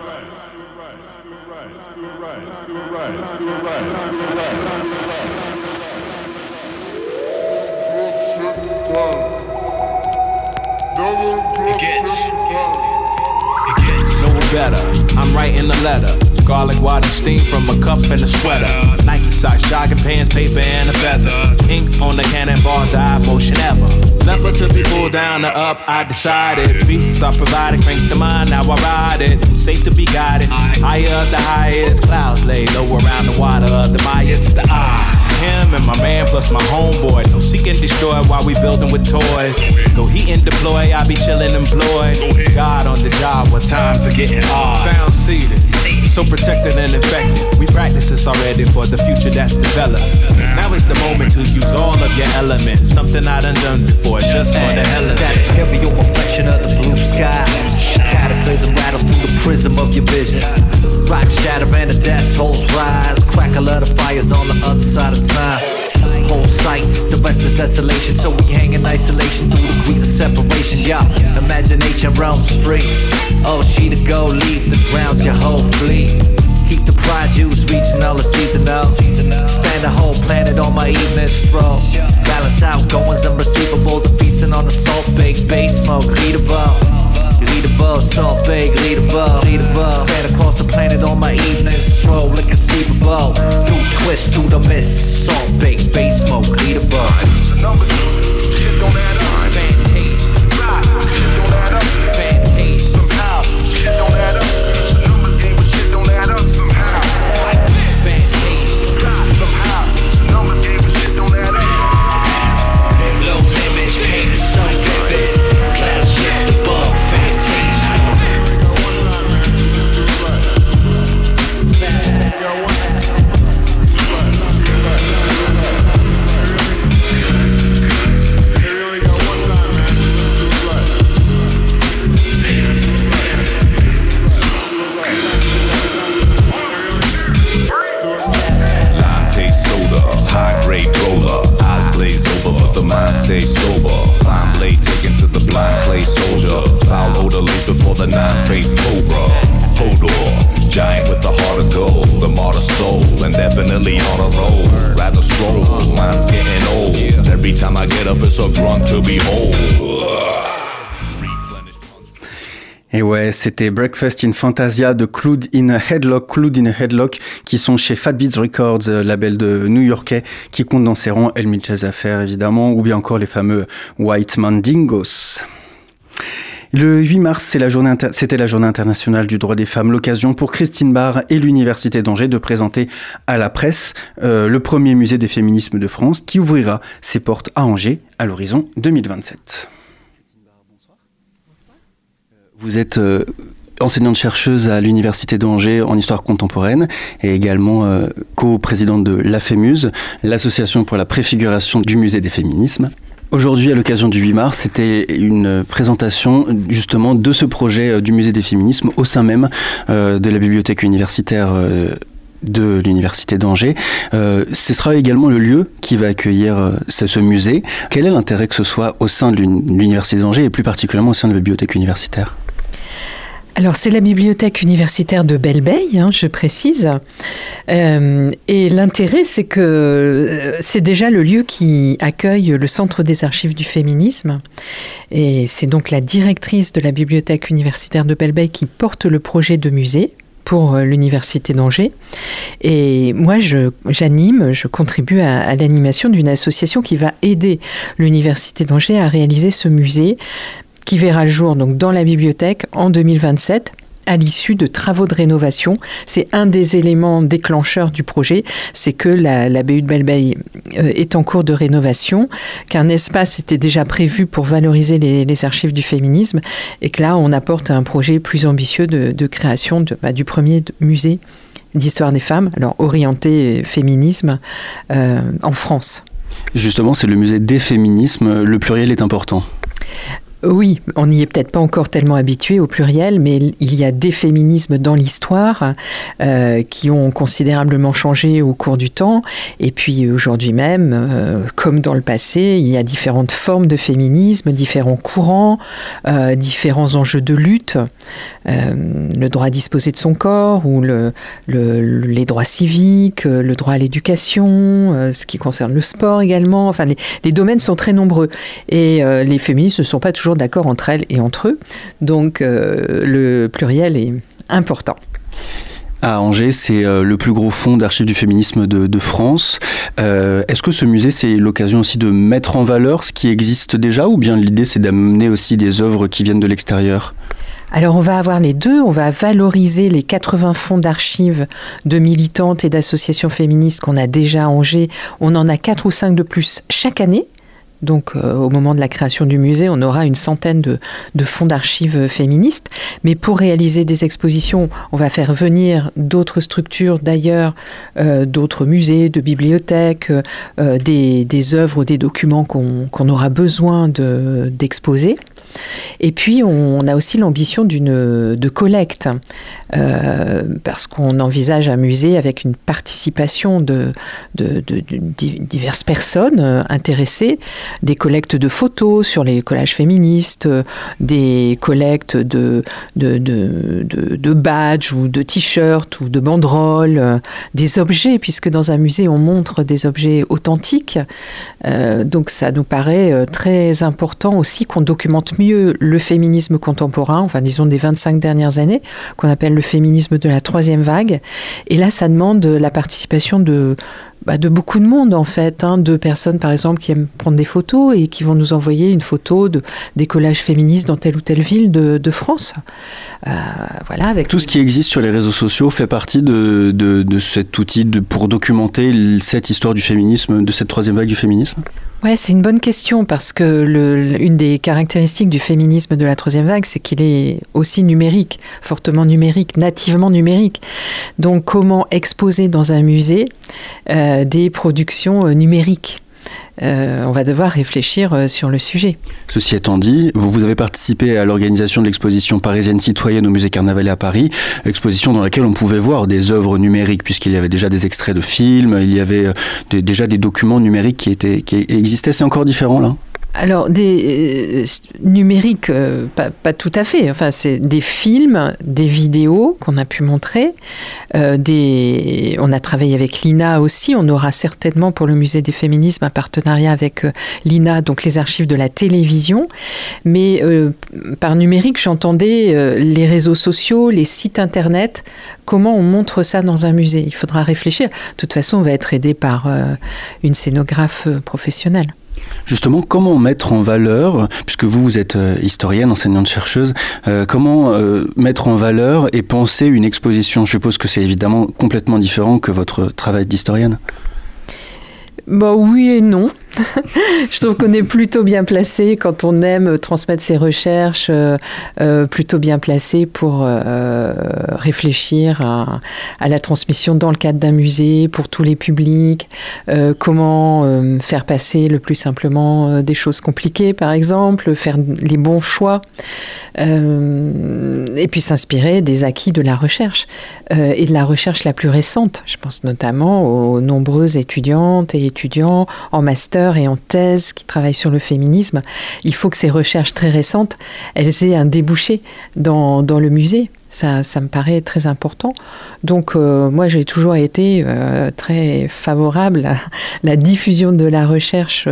Know better, I'm writing a letter. Garlic water steam from a cup and a sweater. Nike socks, jogging pants, paper and a feather. Ink on the cannonball, dive motion ever. Never to be pulled down or up, I decided. Beats are provided, crank the mind, now I ride it. Safe to be guided, higher of the highest. Clouds lay low around the water of the Mayans. The eye, him and my man plus my homeboy. No seek and destroy while we building with toys. Go heat and deploy, I be chillin' employed. God on the job, what times are getting odd. Sound seated, so protected and infected. We practice this already for the future that's developed. Now is the moment to use all of your elements. Something I done before, just for the hell of it. That imperial reflection of the blue sky. Cataclysm rattles through the prism of your vision. Rock shatter and the death tolls rise. Crackle of the fires on the other side of time. Whole sight, the rest is desolation. So we hang in isolation through degrees of separation. Yeah, imagination roams free. Oh, she to go, leave the grounds your whole fleet. Keep the produce regional or seasonal. Spend the whole planet on my evening stroll. Balance out goings and receivables. I'm feasting on the salt baked base smoke. Leaderville, salt baked, Leaderville. Span across the planet on my evening stroll. Inconceivable. New twist through the mist. Salt baked base smoke. Leaderville. Shit don't add up. Fantasia. Shit don't add up. Fantasia. Somehow. Shit don't add up. It's a numbers game, but shit don't add up. Somehow. Fantasia. Somehow. It's a numbers game, but shit don't add up. Low image, paint so vivid. Cloud shift above. Fantasia. the nine-faced cobra. Hodor, giant with the heart of gold, the martyr soul, and definitely on a roll. Rather stroll, mine's getting old. Every time I get up, it's so drunk to behold. Et ouais, c'était Breakfast in Fantasia de Cloud in a Headlock, qui sont chez Fat Beats Records, label de new-yorkais, qui compte dans ses rangs El Milchaz Affair, évidemment, ou bien encore les fameux White Mandingos. Le 8 mars, c'était la journée internationale du droit des femmes, l'occasion pour Christine Barr et l'Université d'Angers de présenter à la presse le premier musée des féminismes de France qui ouvrira ses portes à Angers à l'horizon 2027. Vous êtes enseignante-chercheuse à l'Université d'Angers en histoire contemporaine et également co-présidente de l'AFEMUSE, l'association pour la préfiguration du musée des féminismes. Aujourd'hui, à l'occasion du 8 mars, c'était une présentation justement de ce projet du musée des féminismes au sein même de la bibliothèque universitaire de l'Université d'Angers. Ce sera également le lieu qui va accueillir ce musée. Quel est l'intérêt que ce soit au sein de l'Université d'Angers et plus particulièrement au sein de la bibliothèque universitaire ? Alors, c'est la bibliothèque universitaire de Belle-Beille, je précise. Et l'intérêt, c'est que c'est déjà le lieu qui accueille le Centre des archives du féminisme. Et c'est donc la directrice de la bibliothèque universitaire de Belle-Beille qui porte le projet de musée pour l'Université d'Angers. Et moi, je contribue à l'animation d'une association qui va aider l'Université d'Angers à réaliser ce musée qui verra le jour donc, dans la bibliothèque en 2027 à l'issue de travaux de rénovation. C'est un des éléments déclencheurs du projet, c'est que la BU de Belle-Beille est en cours de rénovation, qu'un espace était déjà prévu pour valoriser les archives du féminisme et que là, on apporte un projet plus ambitieux de création du premier musée d'histoire des femmes, alors orienté féminisme en France. Justement, c'est le musée des féminismes, le pluriel est important. Oui, on n'y est peut-être pas encore tellement habitué au pluriel, mais il y a des féminismes dans l'histoire qui ont considérablement changé au cours du temps. Et puis aujourd'hui même, comme dans le passé, il y a différentes formes de féminisme, différents courants, différents enjeux de lutte. Le droit à disposer de son corps ou les droits civiques, le droit à l'éducation, ce qui concerne le sport également. Enfin, les domaines sont très nombreux. Et les féministes ne sont pas toujours d'accord entre elles et entre eux. Donc, le pluriel est important. À Angers, c'est le plus gros fonds d'archives du féminisme de France. Est-ce que ce musée, c'est l'occasion aussi de mettre en valeur ce qui existe déjà ou bien l'idée, c'est d'amener aussi des œuvres qui viennent de l'extérieur ? Alors, on va avoir les deux. On va valoriser les 80 fonds d'archives de militantes et d'associations féministes qu'on a déjà à Angers. On en a 4 ou 5 de plus chaque année. Donc, au moment de la création du musée, on aura une centaine de fonds d'archives féministes. Mais pour réaliser des expositions, on va faire venir d'autres structures d'ailleurs, d'autres musées, de bibliothèques, des œuvres ou des documents qu'on aura besoin d'exposer. Et puis, on a aussi l'ambition de collecte, parce qu'on envisage un musée avec une participation de diverses personnes intéressées, des collectes de photos sur les collages féministes, des collectes de badges ou de t-shirts ou de banderoles, des objets, puisque dans un musée, on montre des objets authentiques. Donc, ça nous paraît très important aussi qu'on documente mieux le féminisme contemporain, enfin disons des 25 dernières années, qu'on appelle le féminisme de la troisième vague. Et là, ça demande la participation de beaucoup de monde en fait, de personnes par exemple qui aiment prendre des photos et qui vont nous envoyer une photo des collages féministes dans telle ou telle ville de France. Voilà, avec tout ce qui existe sur les réseaux sociaux fait partie de cet outil pour documenter cette histoire du féminisme, de cette troisième vague du féminisme. Ouais, c'est une bonne question parce que une des caractéristiques du féminisme de la troisième vague, c'est qu'il est aussi numérique, fortement numérique, nativement numérique. Donc, comment exposer dans un musée des productions numériques ? On va devoir réfléchir sur le sujet. Ceci étant dit, vous avez participé à l'organisation de l'exposition parisienne citoyenne au musée Carnavalet à Paris, exposition dans laquelle on pouvait voir des œuvres numériques, puisqu'il y avait déjà des extraits de films, il y avait déjà des documents numériques qui existaient. C'est encore différent là ? Alors, des numériques, pas tout à fait. Enfin, c'est des films, des vidéos qu'on a pu montrer. On a travaillé avec l'INA aussi. On aura certainement pour le Musée des féminismes un partenariat avec l'INA, donc les archives de la télévision. Mais par numérique, j'entendais les réseaux sociaux, les sites internet. Comment on montre ça dans un musée ? Il faudra réfléchir. De toute façon, on va être aidé par une scénographe professionnelle. Justement, comment mettre en valeur, puisque vous êtes historienne, enseignante-chercheuse, comment mettre en valeur et penser une exposition ? Je suppose que c'est évidemment complètement différent que votre travail d'historienne. Bah oui et non. Je trouve qu'on est plutôt bien placé quand on aime transmettre ses recherches, plutôt bien placé pour réfléchir à la transmission dans le cadre d'un musée pour tous les publics, comment faire passer le plus simplement des choses compliquées par exemple, faire les bons choix, et puis s'inspirer des acquis de la recherche et de la recherche la plus récente. Je pense notamment aux nombreuses étudiantes et étudiants en master et en thèse qui travaillent sur le féminisme. Il faut que ces recherches très récentes, elles aient un débouché dans le musée. Ça me paraît très important. Donc, moi, j'ai toujours été très favorable à la diffusion de la recherche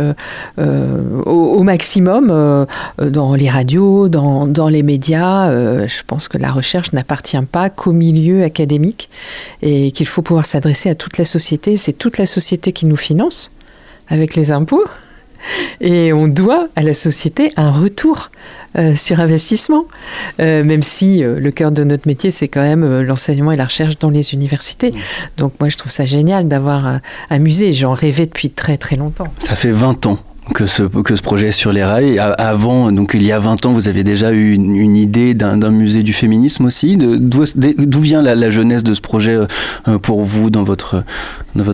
au maximum dans les radios, dans les médias. Je pense que la recherche n'appartient pas qu'au milieu académique et qu'il faut pouvoir s'adresser à toute la société. C'est toute la société qui nous finance avec les impôts. Et on doit à la société un retour sur investissement, même si le cœur de notre métier, c'est quand même l'enseignement et la recherche dans les universités. Donc moi, je trouve ça génial d'avoir un musée. J'en rêvais depuis très très longtemps. Ça fait 20 ans que ce projet est sur les rails. Avant, donc il y a 20 ans, vous avez déjà eu une idée d'un musée du féminisme aussi. D'où vient la jeunesse de ce projet pour vous dans votre imaginaire ?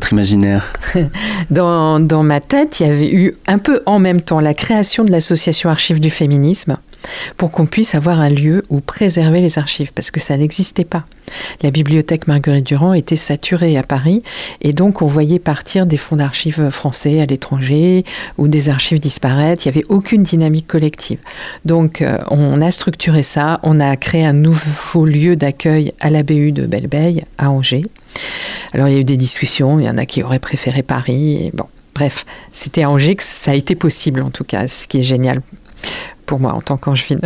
Dans ma tête, il y avait eu un peu en même temps la création de l'association Archives du féminisme pour qu'on puisse avoir un lieu où préserver les archives, parce que ça n'existait pas. La bibliothèque Marguerite Durand était saturée à Paris, et donc on voyait partir des fonds d'archives français à l'étranger, ou des archives disparaître, il n'y avait aucune dynamique collective. Donc on a structuré ça, on a créé un nouveau lieu d'accueil à la BU de Belle-Beille, à Angers. Alors il y a eu des discussions, il y en a qui auraient préféré Paris, et bon, bref, c'était à Angers que ça a été possible en tout cas, ce qui est génial pour moi en tant qu'angevine.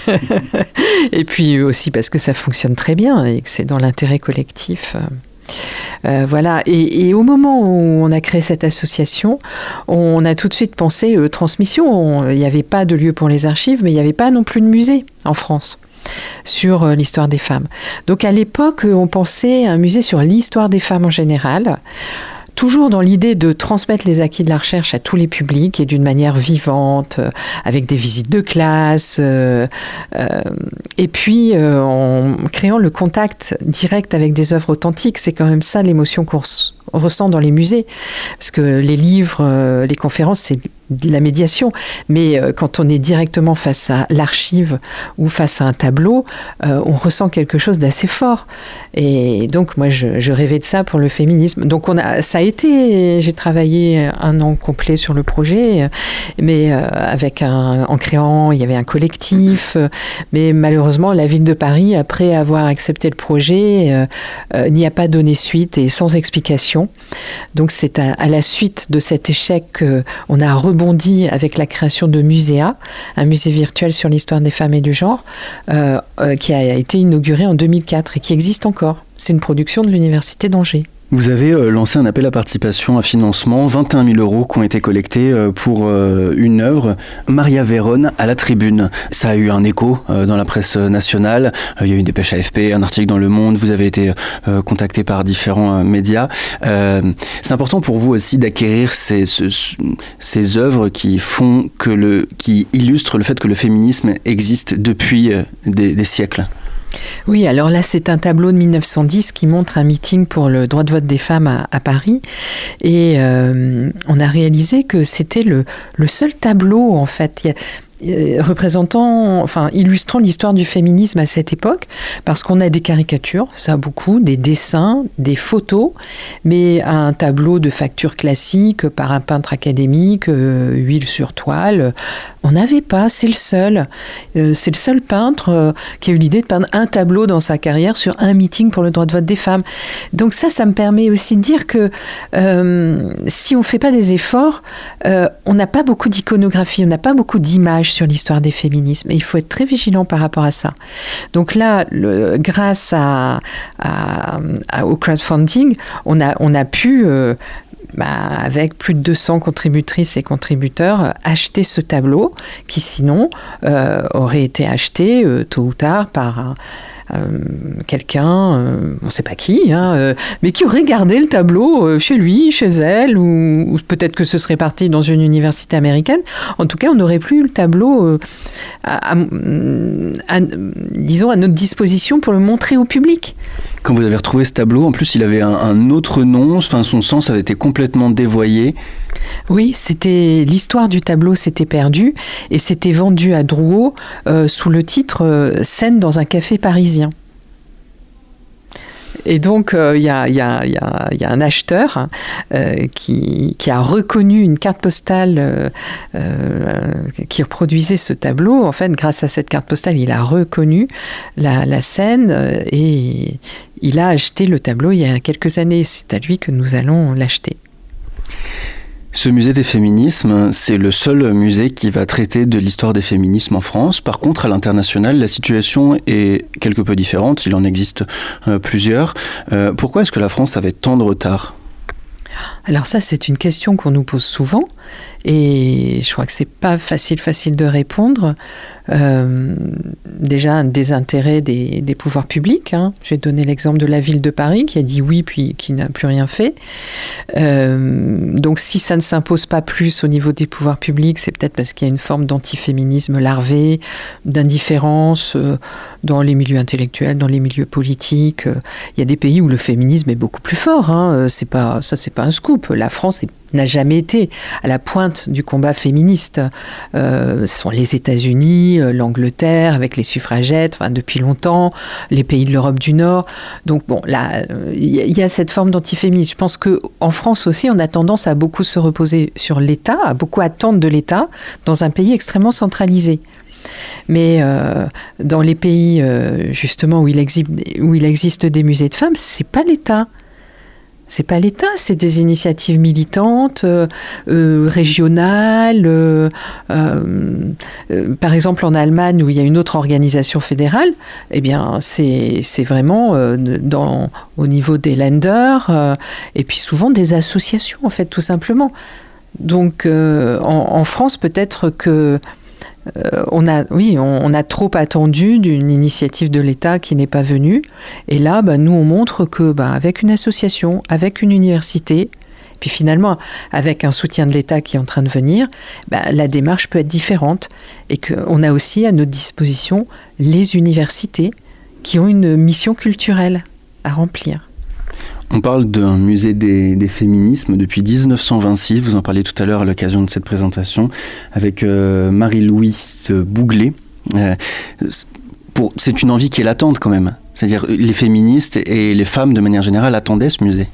Et puis aussi parce que ça fonctionne très bien et que c'est dans l'intérêt collectif. Voilà. Et au moment où on a créé cette association, on a tout de suite pensé transmission. Il n'y avait pas de lieu pour les archives, mais il n'y avait pas non plus de musée en France sur l'histoire des femmes. Donc à l'époque, on pensait à un musée sur l'histoire des femmes en général, toujours dans l'idée de transmettre les acquis de la recherche à tous les publics et d'une manière vivante, avec des visites de classe, et puis en créant le contact direct avec des œuvres authentiques. C'est quand même ça l'émotion qu'on ressent dans les musées, parce que les livres, les conférences, c'est de la médiation, mais quand on est directement face à l'archive ou face à un tableau, on ressent quelque chose d'assez fort. Et donc moi je rêvais de ça pour le féminisme. Donc j'ai travaillé 1 an complet sur le projet, mais en créant, il y avait un collectif, mais malheureusement la ville de Paris, après avoir accepté le projet, n'y a pas donné suite et sans explication. Donc c'est à la suite de cet échec qu'on a rebondi avec la création de Muséa, un musée virtuel sur l'histoire des femmes et du genre, qui a été inauguré en 2004 et qui existe encore. C'est une production de l'Université d'Angers. Vous avez lancé un appel à participation, à financement, 21 000 € qui ont été collectés pour une œuvre, Maria Vérone à la Tribune. Ça a eu un écho dans la presse nationale, il y a eu une dépêche AFP, un article dans Le Monde, vous avez été contacté par différents médias. C'est important pour vous aussi d'acquérir ces œuvres qui illustrent le fait que le féminisme existe depuis des siècles. Oui, alors là, c'est un tableau de 1910 qui montre un meeting pour le droit de vote des femmes à Paris. Et on a réalisé que c'était le seul tableau, en fait. illustrant l'histoire du féminisme à cette époque, parce qu'on a des caricatures, ça beaucoup, des dessins, des photos, mais un tableau de facture classique par un peintre académique, huile sur toile, on n'avait pas, c'est le seul peintre qui a eu l'idée de peindre un tableau dans sa carrière sur un meeting pour le droit de vote des femmes. Donc ça me permet aussi de dire que si on ne fait pas des efforts, on n'a pas beaucoup d'iconographie, on n'a pas beaucoup d'images sur l'histoire des féminismes. Et il faut être très vigilant par rapport à ça. Donc là, grâce au crowdfunding, on a pu, avec plus de 200 contributrices et contributeurs, acheter ce tableau qui sinon aurait été acheté tôt ou tard par quelqu'un, on ne sait pas qui, mais qui aurait gardé le tableau chez lui, chez elle, ou peut-être que ce serait parti dans une université américaine. En tout cas, on n'aurait plus le tableau disons, à notre disposition pour le montrer au public. Quand vous avez retrouvé ce tableau, en plus, il avait un autre nom, enfin, son sens avait été complètement dévoyé. Oui, l'histoire du tableau s'était perdue et c'était vendu à Drouot sous le titre « Scène dans un café parisien ». Et donc, il y a un acheteur qui a reconnu une carte postale qui reproduisait ce tableau. En fait, grâce à cette carte postale, il a reconnu la scène et il a acheté le tableau il y a quelques années. C'est à lui que nous allons l'acheter. Ce musée des féminismes, c'est le seul musée qui va traiter de l'histoire des féminismes en France. Par contre, à l'international, la situation est quelque peu différente. Il en existe plusieurs. Pourquoi est-ce que la France avait tant de retard ? Alors ça, c'est une question qu'on nous pose souvent. Et je crois que c'est pas facile de répondre. Déjà, un désintérêt des pouvoirs publics. J'ai donné l'exemple de la ville de Paris qui a dit oui puis qui n'a plus rien fait. Donc si ça ne s'impose pas plus au niveau des pouvoirs publics, c'est peut-être parce qu'il y a une forme d'antiféminisme larvé, d'indifférence dans les milieux intellectuels, dans les milieux politiques. Il y a des pays où le féminisme est beaucoup plus fort. C'est pas un scoop. La France n'a jamais été à la pointe du combat féministe. Ce sont les États-Unis, l'Angleterre avec les suffragettes, depuis longtemps, les pays de l'Europe du Nord. Donc bon, là, il y a cette forme d'antiféminisme. Je pense qu'en France aussi, on a tendance à beaucoup se reposer sur l'État, à beaucoup attendre de l'État dans un pays extrêmement centralisé. Dans les pays justement où il existe des musées de femmes, c'est pas l'État. C'est pas l'État, c'est des initiatives militantes, régionales. Par exemple, en Allemagne, où il y a une autre organisation fédérale, eh bien, c'est vraiment au niveau des Länder, et puis souvent des associations, en fait, tout simplement. Donc, en France, peut-être que on a trop attendu d'une initiative de l'État qui n'est pas venue. Et là, nous, on montre que, avec une association, avec une université, puis finalement, avec un soutien de l'État qui est en train de venir, la démarche peut être différente. Et qu'on a aussi à notre disposition les universités qui ont une mission culturelle à remplir. On parle d'un musée des féminismes depuis 1926, vous en parliez tout à l'heure à l'occasion de cette présentation, avec Marie-Louise Bouglet. C'est une envie qui est latente quand même, c'est-à-dire les féministes et les femmes de manière générale attendaient ce musée.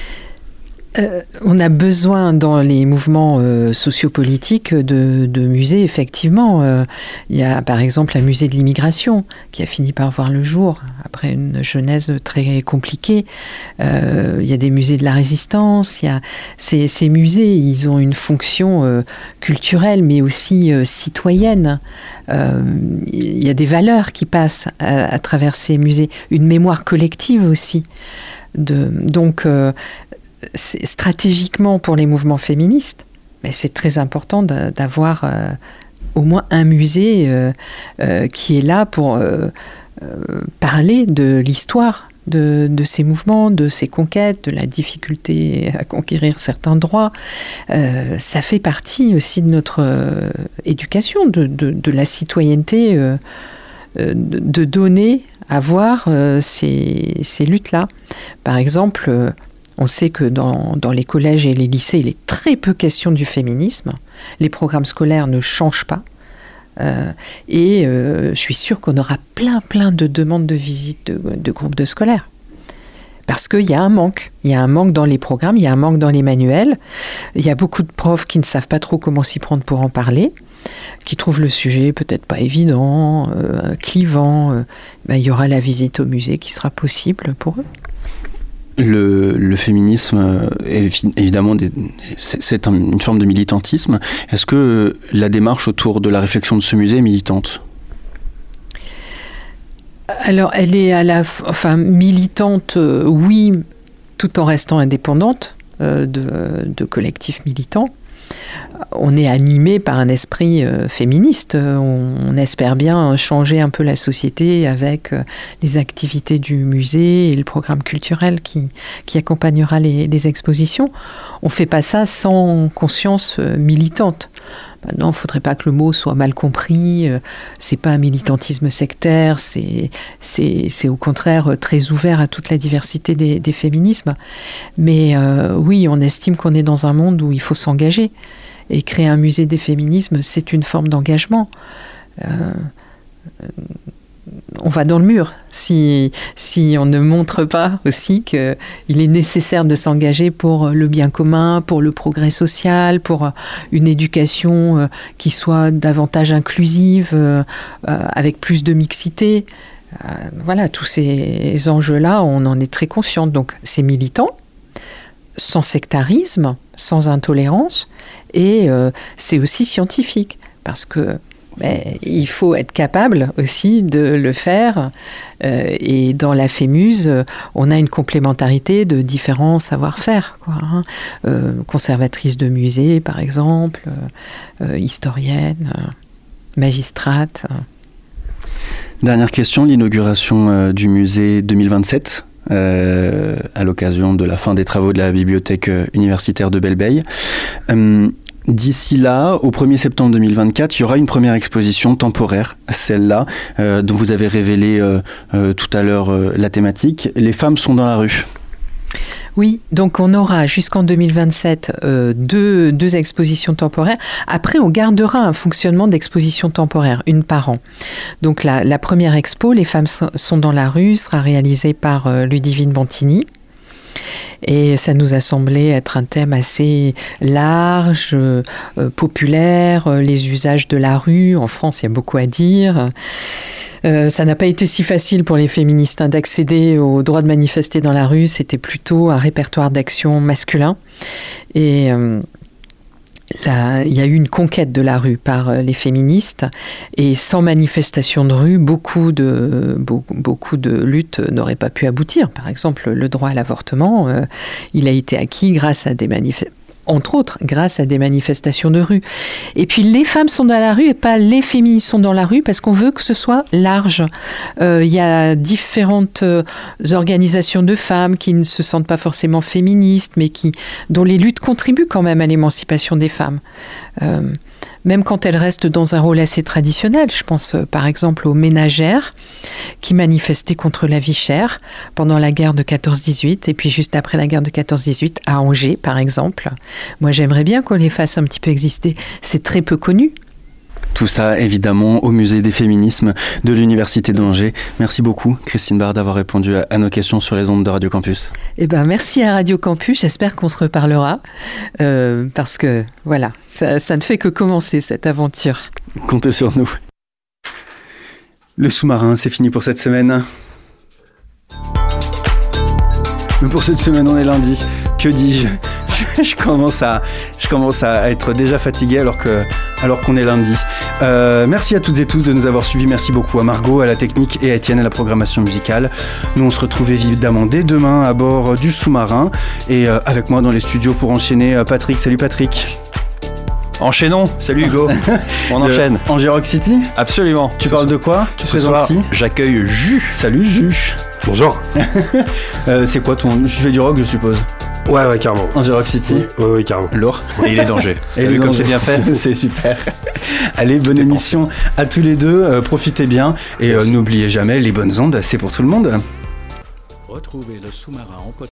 On a besoin dans les mouvements sociopolitiques de musées, effectivement. Il y a par exemple un musée de l'immigration qui a fini par voir le jour après une genèse très compliquée. Il y a des musées de la résistance. Ces musées, ils ont une fonction culturelle mais aussi citoyenne. Il y a des valeurs qui passent à travers ces musées, une mémoire collective aussi. Donc stratégiquement pour les mouvements féministes, c'est très important d'avoir au moins un musée qui est là pour parler de l'histoire de ces mouvements, de ces conquêtes, de la difficulté à conquérir certains droits. Ça fait partie aussi de notre éducation, de la citoyenneté, de donner à voir ces luttes-là. Par exemple, on sait que dans les collèges et les lycées, il est très peu question du féminisme. Les programmes scolaires ne changent pas. Je suis sûre qu'on aura plein de demandes de visite de groupes de scolaires. Parce qu'il y a un manque. Il y a un manque dans les programmes, il y a un manque dans les manuels. Il y a beaucoup de profs qui ne savent pas trop comment s'y prendre pour en parler, qui trouvent le sujet peut-être pas évident, clivant. Il y aura la visite au musée qui sera possible pour eux. Le féminisme, évidemment, c'est une forme de militantisme. Est-ce que la démarche autour de la réflexion de ce musée est militante ? Alors, elle est militante, oui, tout en restant indépendante de collectifs militants. On est animé par un esprit féministe. On espère bien changer un peu la société avec les activités du musée et le programme culturel qui accompagnera les expositions. On ne fait pas ça sans conscience militante. Maintenant, il ne faudrait pas que le mot soit mal compris. C'est pas un militantisme sectaire, c'est au contraire très ouvert à toute la diversité des féminismes. Mais oui, on estime qu'on est dans un monde où il faut s'engager. Et créer un musée des féminismes, c'est une forme d'engagement. On va dans le mur si on ne montre pas aussi qu'il est nécessaire de s'engager pour le bien commun, pour le progrès social, pour une éducation qui soit davantage inclusive, avec plus de mixité. Voilà, tous ces enjeux-là, on en est très conscient. Donc c'est militant, sans sectarisme, sans intolérance, et c'est aussi scientifique, parce que il faut être capable aussi de le faire. Et dans la FEMUSE, on a une complémentarité de différents savoir-faire, conservatrice de musée, par exemple, historienne, magistrate. Dernière question, l'inauguration du musée 2027, à l'occasion de la fin des travaux de la bibliothèque universitaire de Belle-Beille. D'ici là, au 1er septembre 2024, il y aura une première exposition temporaire, celle-là, dont vous avez révélé tout à l'heure la thématique. Les femmes sont dans la rue. Oui, donc on aura jusqu'en 2027 deux expositions temporaires. Après, on gardera un fonctionnement d'exposition temporaire, une par an. Donc la première expo, Les femmes sont dans la rue, sera réalisée par Ludivine Bantini. Et ça nous a semblé être un thème assez large, populaire, les usages de la rue. En France, il y a beaucoup à dire. Ça n'a pas été si facile pour les féministes d'accéder au droit de manifester dans la rue. C'était plutôt un répertoire d'action masculin. Et il y a eu une conquête de la rue par les féministes. Et sans manifestation de rue, beaucoup de luttes n'auraient pas pu aboutir. Par exemple, le droit à l'avortement, il a été acquis grâce à entre autres, grâce à des manifestations de rue. Et puis, les femmes sont dans la rue et pas les féministes sont dans la rue, parce qu'on veut que ce soit large. Il y a différentes organisations de femmes qui ne se sentent pas forcément féministes, mais dont les luttes contribuent quand même à l'émancipation des femmes. Même quand elles restent dans un rôle assez traditionnel. Je pense par exemple aux ménagères qui manifestaient contre la vie chère pendant la guerre de 14-18 et puis juste après la guerre de 14-18 à Angers par exemple. Moi j'aimerais bien qu'on les fasse un petit peu exister. C'est très peu connu. Tout ça, évidemment, au musée des féminismes de l'Université d'Angers. Merci beaucoup, Christine Bard, d'avoir répondu à nos questions sur les ondes de Radio Campus. Merci à Radio Campus. J'espère qu'on se reparlera. Parce que, voilà, ça ne fait que commencer, cette aventure. Comptez sur nous. Le sous-marin, c'est fini pour cette semaine. Mais pour cette semaine, on est lundi. Que dis-je ? Je commence à être déjà fatigué alors qu'on est lundi. Merci à toutes et tous de nous avoir suivis. Merci beaucoup à Margot, à la technique et à Étienne à la programmation musicale. Nous, on se retrouve évidemment dès demain à bord du sous-marin. Et avec moi dans les studios pour enchaîner, Patrick. Salut Patrick. Enchaînons. Salut Hugo. On enchaîne. Angers Rock City ? Absolument. Tu parles de quoi ? Tu présentes qui ? J'accueille Jus. Salut Jus. Bonjour. C'est quoi ton... Je fais du rock, je suppose. Ouais, carrément. Angers Rock City. Oui, carrément. Lourd. Et il est danger. Et comme c'est bien fait. C'est super. Allez, bonne émission à tous les deux. Profitez bien. Et n'oubliez jamais, les bonnes ondes, c'est pour tout le monde. Retrouvez le sous-marin en podcast.